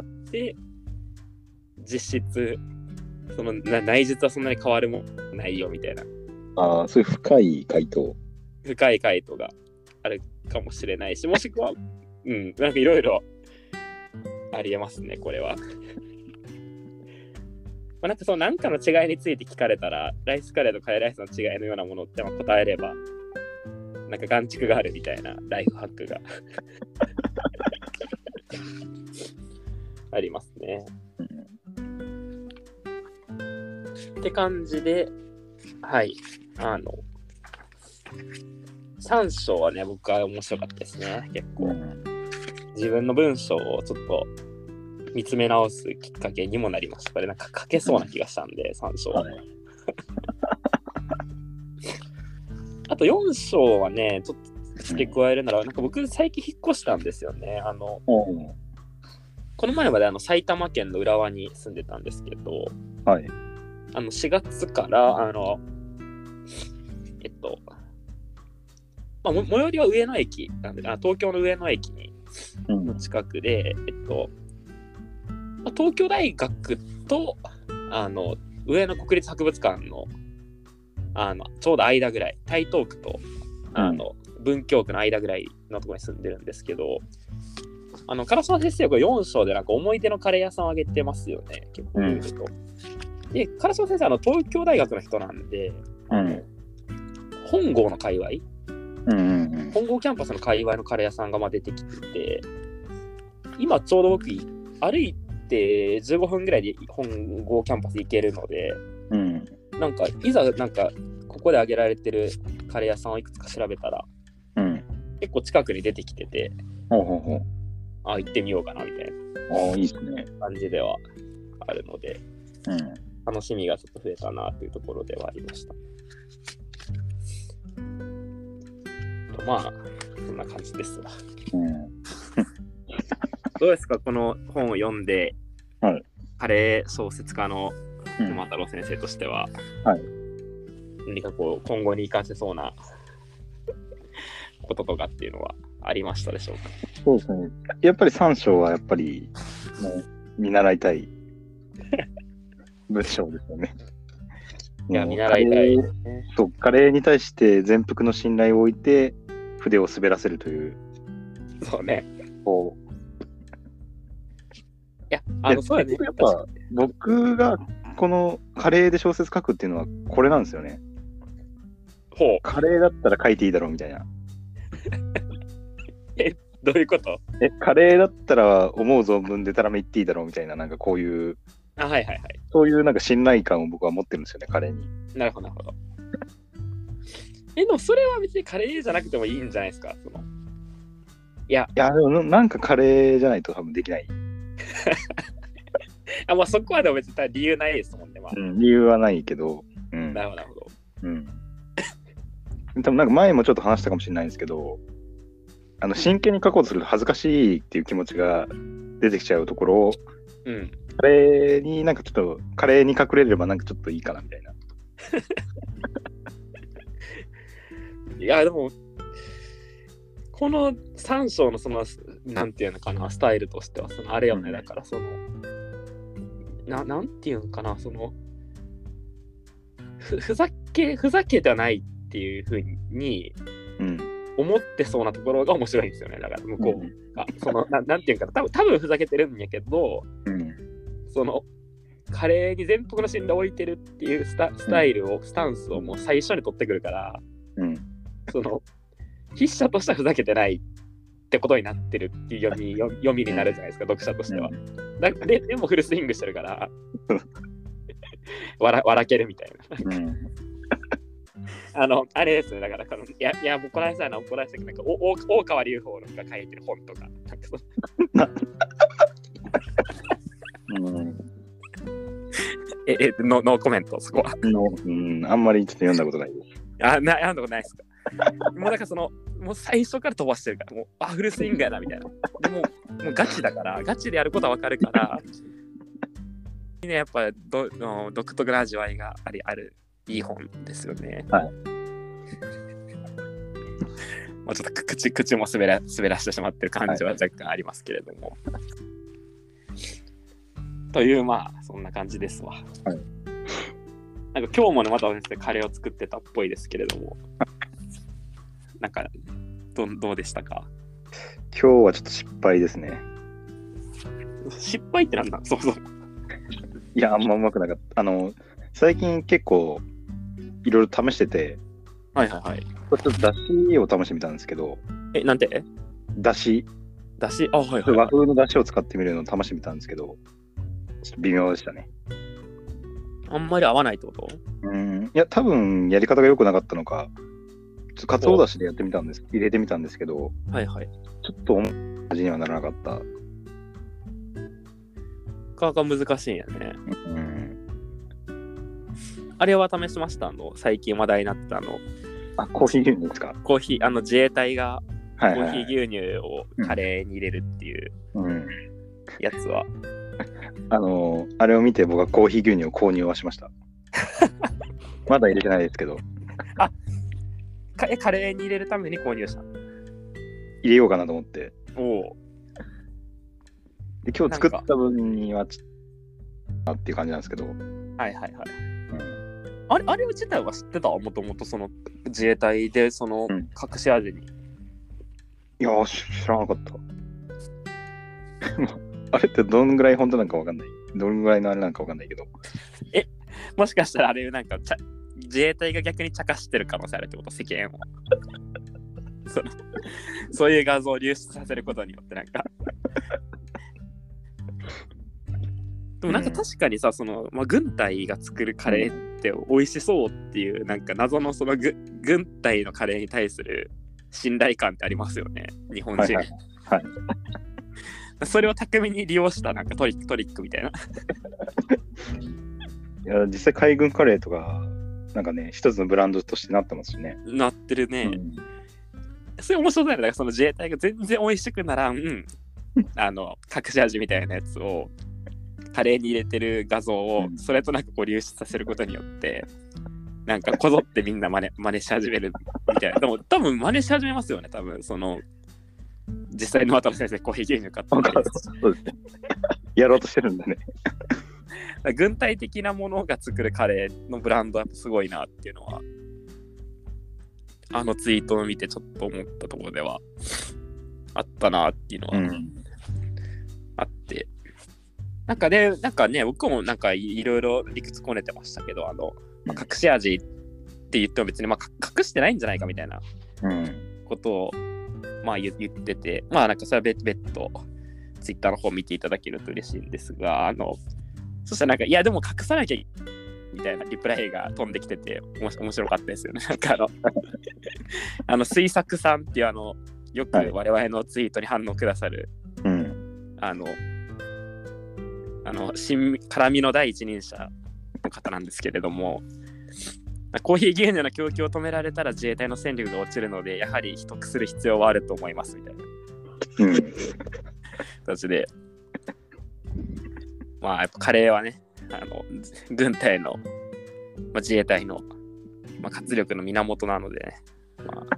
実質、その内実はそんなに変わるもないよみたいな。 ああ、そういう深い回答。 深い回答があるかもしれないし、もしくは、うん、なんかいろいろありえますね、これは。まあなんかその何かの違いについて聞かれたら、ライスカレーとカレーライスの違いのようなものって答えれば、なんか眼蓄があるみたいなライフハックがありますね。って感じで、はい、あの、三章はね、僕は面白かったですね、結構。自分の文章をちょっと見つめ直すきっかけにもなりました。これなんか書けそうな気がしたんで、三章はね。あとよん章はね、ちょっと付け加えるなら、なんか僕最近引っ越したんですよね。あの、この前まであの埼玉県の浦和に住んでたんですけど、 はい。 あのしがつからあのえっと、まあ、最寄りは上野駅なんで、あ東京の上野駅にの近くで、うん、えっと、まあ、東京大学とあの上野国立博物館のあのちょうど間ぐらい、台東区とあの、うん、文京区の間ぐらいのところに住んでるんですけど、あの唐沢先生がよん章でなんか思い出のカレー屋さんをあげてますよね、結構言うと。うん、で、唐沢先生はあの東京大学の人なんで、うん、本郷の界隈、うんうんうん、本郷キャンパスの界隈のカレー屋さんがまあ出てきてて、今ちょうど僕歩いてじゅうごふんぐらいで本郷キャンパス行けるので、うん、なんかいざなんかここで挙げられてるカレー屋さんをいくつか調べたら、うん、結構近くに出てきてて、ほうほうほう、あ、行ってみようかなみたいな、あ、いいですね、感じではあるので、うん、楽しみがちょっと増えたなというところではありました。まあそんな感じですわ。うん、どうですか、この本を読んで、はい、カレー小説家の沼太郎先生としては、うん、はい、何かこう今後に活かせそうなこととかっていうのはありましたでしょうか。 そうですね。やっぱり三章はやっぱりもう見習いたい文章ですよね。 いや、見習いたい、ね。 そう、カレーに対して全幅の信頼を置いて筆を滑らせるという。 そうね。 こう。 いや、あの、そうやね。 やっぱ僕がこのカレーで小説書くっていうのはこれなんですよね。 ほう。 カレーだったら書いていいだろうみたいな。 え、どういうこと？ え、カレーだったら思う存分でたらめ言っていいだろうみたいな、なんかこういう、 あ、はいはいはい。 そういうなんか信頼感を僕は持ってるんですよね、カレーに。 なるほどなるほど。え、でもそれは別にカレーじゃなくてもいいんじゃないですか、その。いや、 いや、でもなんかカレーじゃないと多分できない。 あ、まあそこはでも別に理由ないですもんね、まあ。 うん、理由はないけど。うん、 なるほどなるほど。 うん。多分なんか前もちょっと話したかもしれないんですけど、あの真剣に書こうとすると恥ずかしいっていう気持ちが出てきちゃうところを、うん、カレーになんかちょっとカレーに隠れればなんかちょっといいかなみたいな。 いやでもこのさん章のそのなんていうのかな、スタイルとしてはそのあれよね、だからそのななんていうのかな、そのふ, ふざけふざけてはないっていうふうに、うん、思ってそうなところが面白いんですよね。だから向こうが、うん、その な, なんていうかな、多分多分ふざけてるんやけど、うん、そのカレーに全幅の信頼を置いてるっていうス タ, スタイルを、うん、スタンスをもう最初に取ってくるから、うん、その筆者としてはふざけてないってことになってるっていう読み読みになるじゃないですか、読者としては。だででもフルスイングしてるから笑, 笑けるみたいな。うん、あのあれですね、だからこのいやいやもうこの間のこの間なんか大川隆法が書いてる本とかなんかそうん、 え、え、ノーコメント、そこは。 のうん、あんまりちょっと読んだことないです。 あ、な読んだことないですか。もうなんかその、もう最初から飛ばしてるから、もう、あ、フルスイングやな、みたいな。でも、もうガチだから、ガチでやることはわかるから、ね、やっぱどの独特な味わいがありある、いい本ですよね。 はい。 もうちょっと口、口も滑ら、滑らしてしまってる感じは若干ありますけれども。はい、という、まあ、そんな感じですわ。はい。なんか今日もね、また先生、カレーを作ってたっぽいですけれども、なんかど、どうでしたか？ 今日はちょっと失敗ですね。 失敗ってなんだ？そうそう。 いや、あんまうまくなかった。あの、最近結構、いろいろ試してて、 はいはいはい。 ちょっとだしを試してみたんですけど、 え、なんて？ だし。 だし？あ、はいはい、はい。 和風のだしを使ってみるのを試してみたんですけど、ちょっと微妙でしたね。 あんまり合わないってこと？ うん。いや、多分やり方が良くなかったのか、ちょっとかつおだしでやってみたんです。入れてみたんですけど、 はいはい。 ちょっと味にはならなかった。 なかなか難しいんやね。 うん。 あれは試しました？あの、最近話題になったあの、 あ、コーヒー牛乳ですか？ コーヒー、あの自衛隊がコはいはいはい、 ーヒー牛乳をカレーに入れるっていうやつは。 うん、あのー、あれを見て僕はコーヒー牛乳を購入はしました。まだ入れてないですけど。 あ、カカレーに入れるために購入した？ 入れようかなと思って。 おお。 で今日作った分にはちょっとっていう感じなんですけど。はいはいはい。うん、あれあれ自体は知ってた？もともとその自衛隊でその隠し味に。うん、 いやー知らなかった。あれってどんぐらい本当なんかわかんない。どんぐらいのあれなんかわかんないけど。 え、もしかしたらあれなんかちゃ自衛隊が逆に茶化してる可能性あるってこと？世間を。そ, そういう画像を流出させることによってなんか。でもなんか確かにさ、その、まあ、軍隊が作るカレーって美味しそうっていうなんか謎のそのぐ軍隊のカレーに対する信頼感ってありますよね、日本人。はい、はいはい、それを巧みに利用したなんかトリックトリックみたいな。いや実際海軍カレーとかなんかね一つのブランドとしてなってますしね。 なってるね。うん、それ面白いね。だからその自衛隊が全然美味しくならん、うん、あの隠し味みたいなやつをカレーに入れてる画像をそれとなくこう流出させることによってなんかこぞってみんな真似、真似し始めるみたいな。でも多分真似し始めますよね。多分その実際の渡先生コーヒー牛乳買ってそうですね。やろうとしてるんだね。 軍隊的なものが作るカレーのブランドはすごいなっていうのはあのツイートを見てちょっと思ったところではあったなっていうのはあって、うん、なんかねなんかね僕もなんかいろいろ理屈こねてましたけどあの、まあ、隠し味って言っても別にまあ隠してないんじゃないかみたいなことを、まあ、言っててまあなんかそれは別途ツイッターの方見ていただけると嬉しいんですがあのそしたらなんかいやでも隠さなきゃみたいなリプライが飛んできてて面白かったですよね。なんかあのあの水作さんっていうあのよく我々のツイートに反応くださる、はい、あのあの新絡みの第一人者の方なんですけれどもコーヒー牛乳の供給を止められたら自衛隊の戦力が落ちるのでやはり秘匿する必要はあると思いますみたいな、うん、形でまあやっぱカレーはねあの軍隊の、まあ、自衛隊の、まあ、活力の源なのでね、まあ、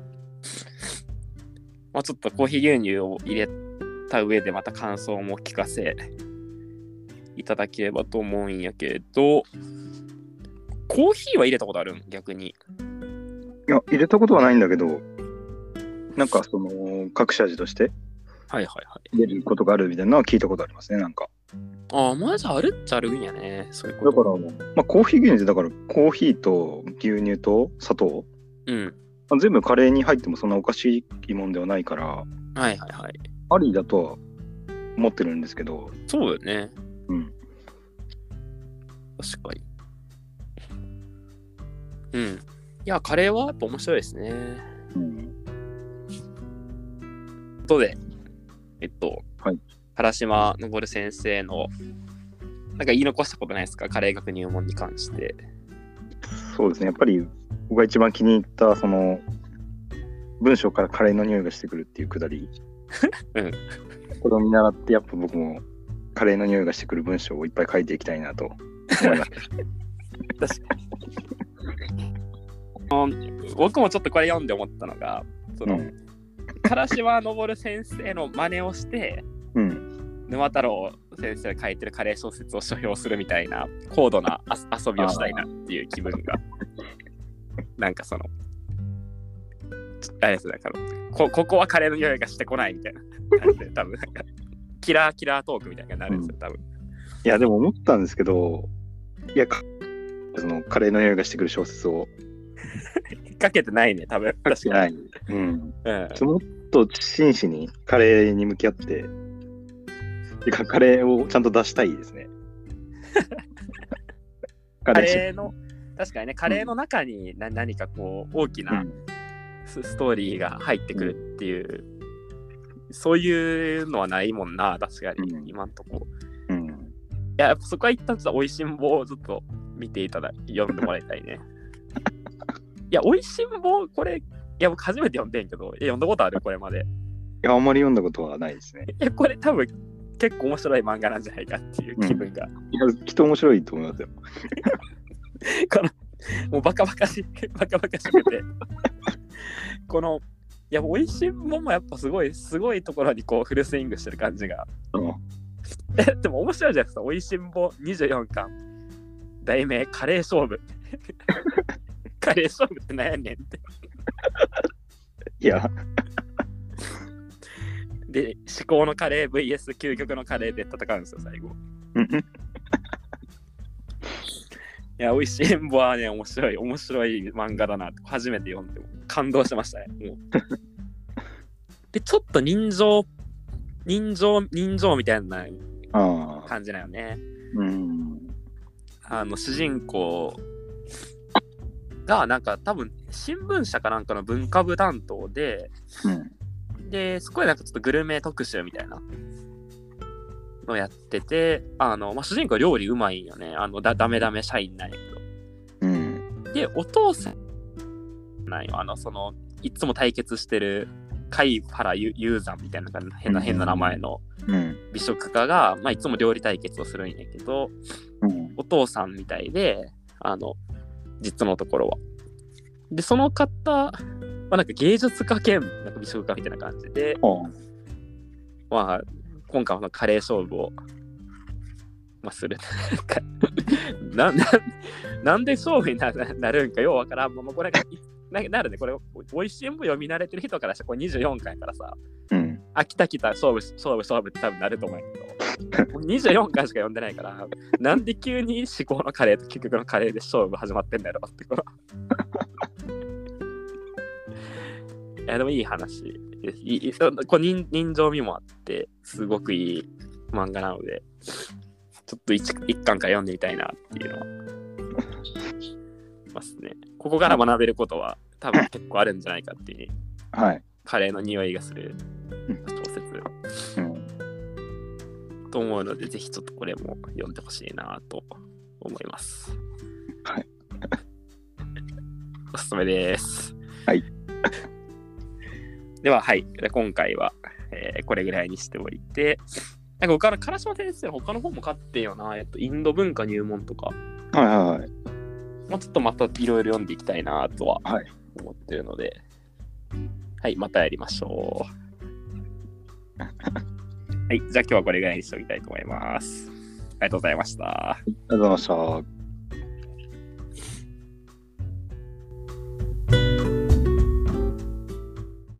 まあちょっとコーヒー牛乳を入れた上でまた感想も聞かせいただければと思うんやけどコーヒーは入れたことあるん？逆に。 いや入れたことはないんだけどなんかその隠し味としてはいはいはい入れることがあるみたいなのは聞いたことありますね。なんかああまずあるっちゃあるんやね。そういうことだから、まあ、コーヒー牛乳ってだからコーヒーと牛乳と砂糖、 うんまあ、全部カレーに入ってもそんなおかしいもんではないからはいはいはいありだとは思ってるんですけどそうだよね。 うん確かにうんいやカレーはやっぱ面白いですね。うんとでえっと、 はい、 唐島昇先生のなんか言い残したことないですか、カレー学入門に関して。 そうですね、やっぱり僕が一番気に入ったその文章からカレーの匂いがしてくるっていうくだり、うん、これを見習ってやっぱ僕もカレーの匂いがしてくる文章をいっぱい書いていきたいなと思います。 確かに僕もちょっとこれ読んで思ったのが、その、うん、唐島昇先生の真似をして、うん、沼太郎先生が書いてるカレー小説を書評するみたいな高度な遊びをしたいなっていう気分がなんかそのあれですね、こ, ここはカレーの匂いがしてこないみたいな感じで多分なんかキラーキラートークみたいになるんですよ多分、うん、いやでも思ったんですけど、いやそのカレーの匂いがしてくる小説をかけてないね多分。 確かにない、うんうん、もっと真摯にカレーに向き合ってカレーをちゃんと出したいですね。 カレーの確かにね、カレーの中に何、うん、何かこう大きなストーリーが入ってくるっていう、うん、そういうのはないもんな、確かに、うん、今んとこ。うん、いや、そこは一旦ちょっとおいしんぼをずっと見ていただ読んでもらいたいね。いや、おいしんぼこれ、いや僕初めて読んでんけど、読んだことあるこれまで。いや、あんまり読んだことはないですね。 いや、これ多分結構面白い漫画なんじゃないかっていう気分が。うん、 いや、きっと面白いと思いますよ。 このもうバカバカしバカバカしくてこのいやおいしいもんもやっぱすごいすごいところにこうフルスイングしてる感じが、うん、えでも面白いじゃないですか。おいしんぼにじゅうよんかん題名カレー勝負カレー勝負って何やねんっていやで至高のカレー ブイエス 究極のカレーで戦うんですよ最後いや、おいしいんぼはね、面白い、面白い漫画だなって、初めて読んでも感動しましたね。もうで、ちょっと人情、人情、人情みたいな感じだよね。うん、あの、主人公が、なんか多分、新聞社かなんかの文化部担当で、うん、で、すごいなんかちょっとグルメ特集みたいな。のやってて、あの、まあ、主人公料理うまいよね。あのだダメダメ社員なんやけど、うん、でお父さんなんよ、あのそのいつも対決してる貝原雄山みたいな変な変な名前の美食家が、まあ、いつも料理対決をするんやけど、うん、お父さんみたいで、あの実のところはでその方、まあ、なんか芸術家兼なんか美食家みたいな感じで、うん、まあ今回はカレー勝負を、まあ、するな, な, なんで勝負に な, なるんかようわからん。もうこれがな, なるね。これおいしいんぼ読み慣れてる人からしたらこれにじゅうよんかんからさ、うん、あ来た来た勝負勝負勝負って多分なると思うんやけどにじゅうよんかんしか読んでないからなんで急に至高のカレーと究極のカレーで勝負始まってんだろうってこのいやでもいい話です。いいこれ 人, 人情味もあってすごくいい漫画なのでちょっと 一, 一巻から読んでみたいなっていうのはますね。ここから学べることは多分結構あるんじゃないかっていう、はい、カレーの匂いがする小説、うん、と思うのでぜひちょっとこれも読んでほしいなと思います。はいおすすめです。 はいでは、はい。今回は、えー、これぐらいにしておいて、なんか僕は唐島先生の他の本も買ってんよな。えっと、インド文化入門とか。 はいはいはい。 もうちょっとまたいろいろ読んでいきたいなとは思ってるので、はい、はい、またやりましょう。はい。じゃあ今日はこれぐらいにしておきたいと思います。ありがとうございました。 ありがとうございました。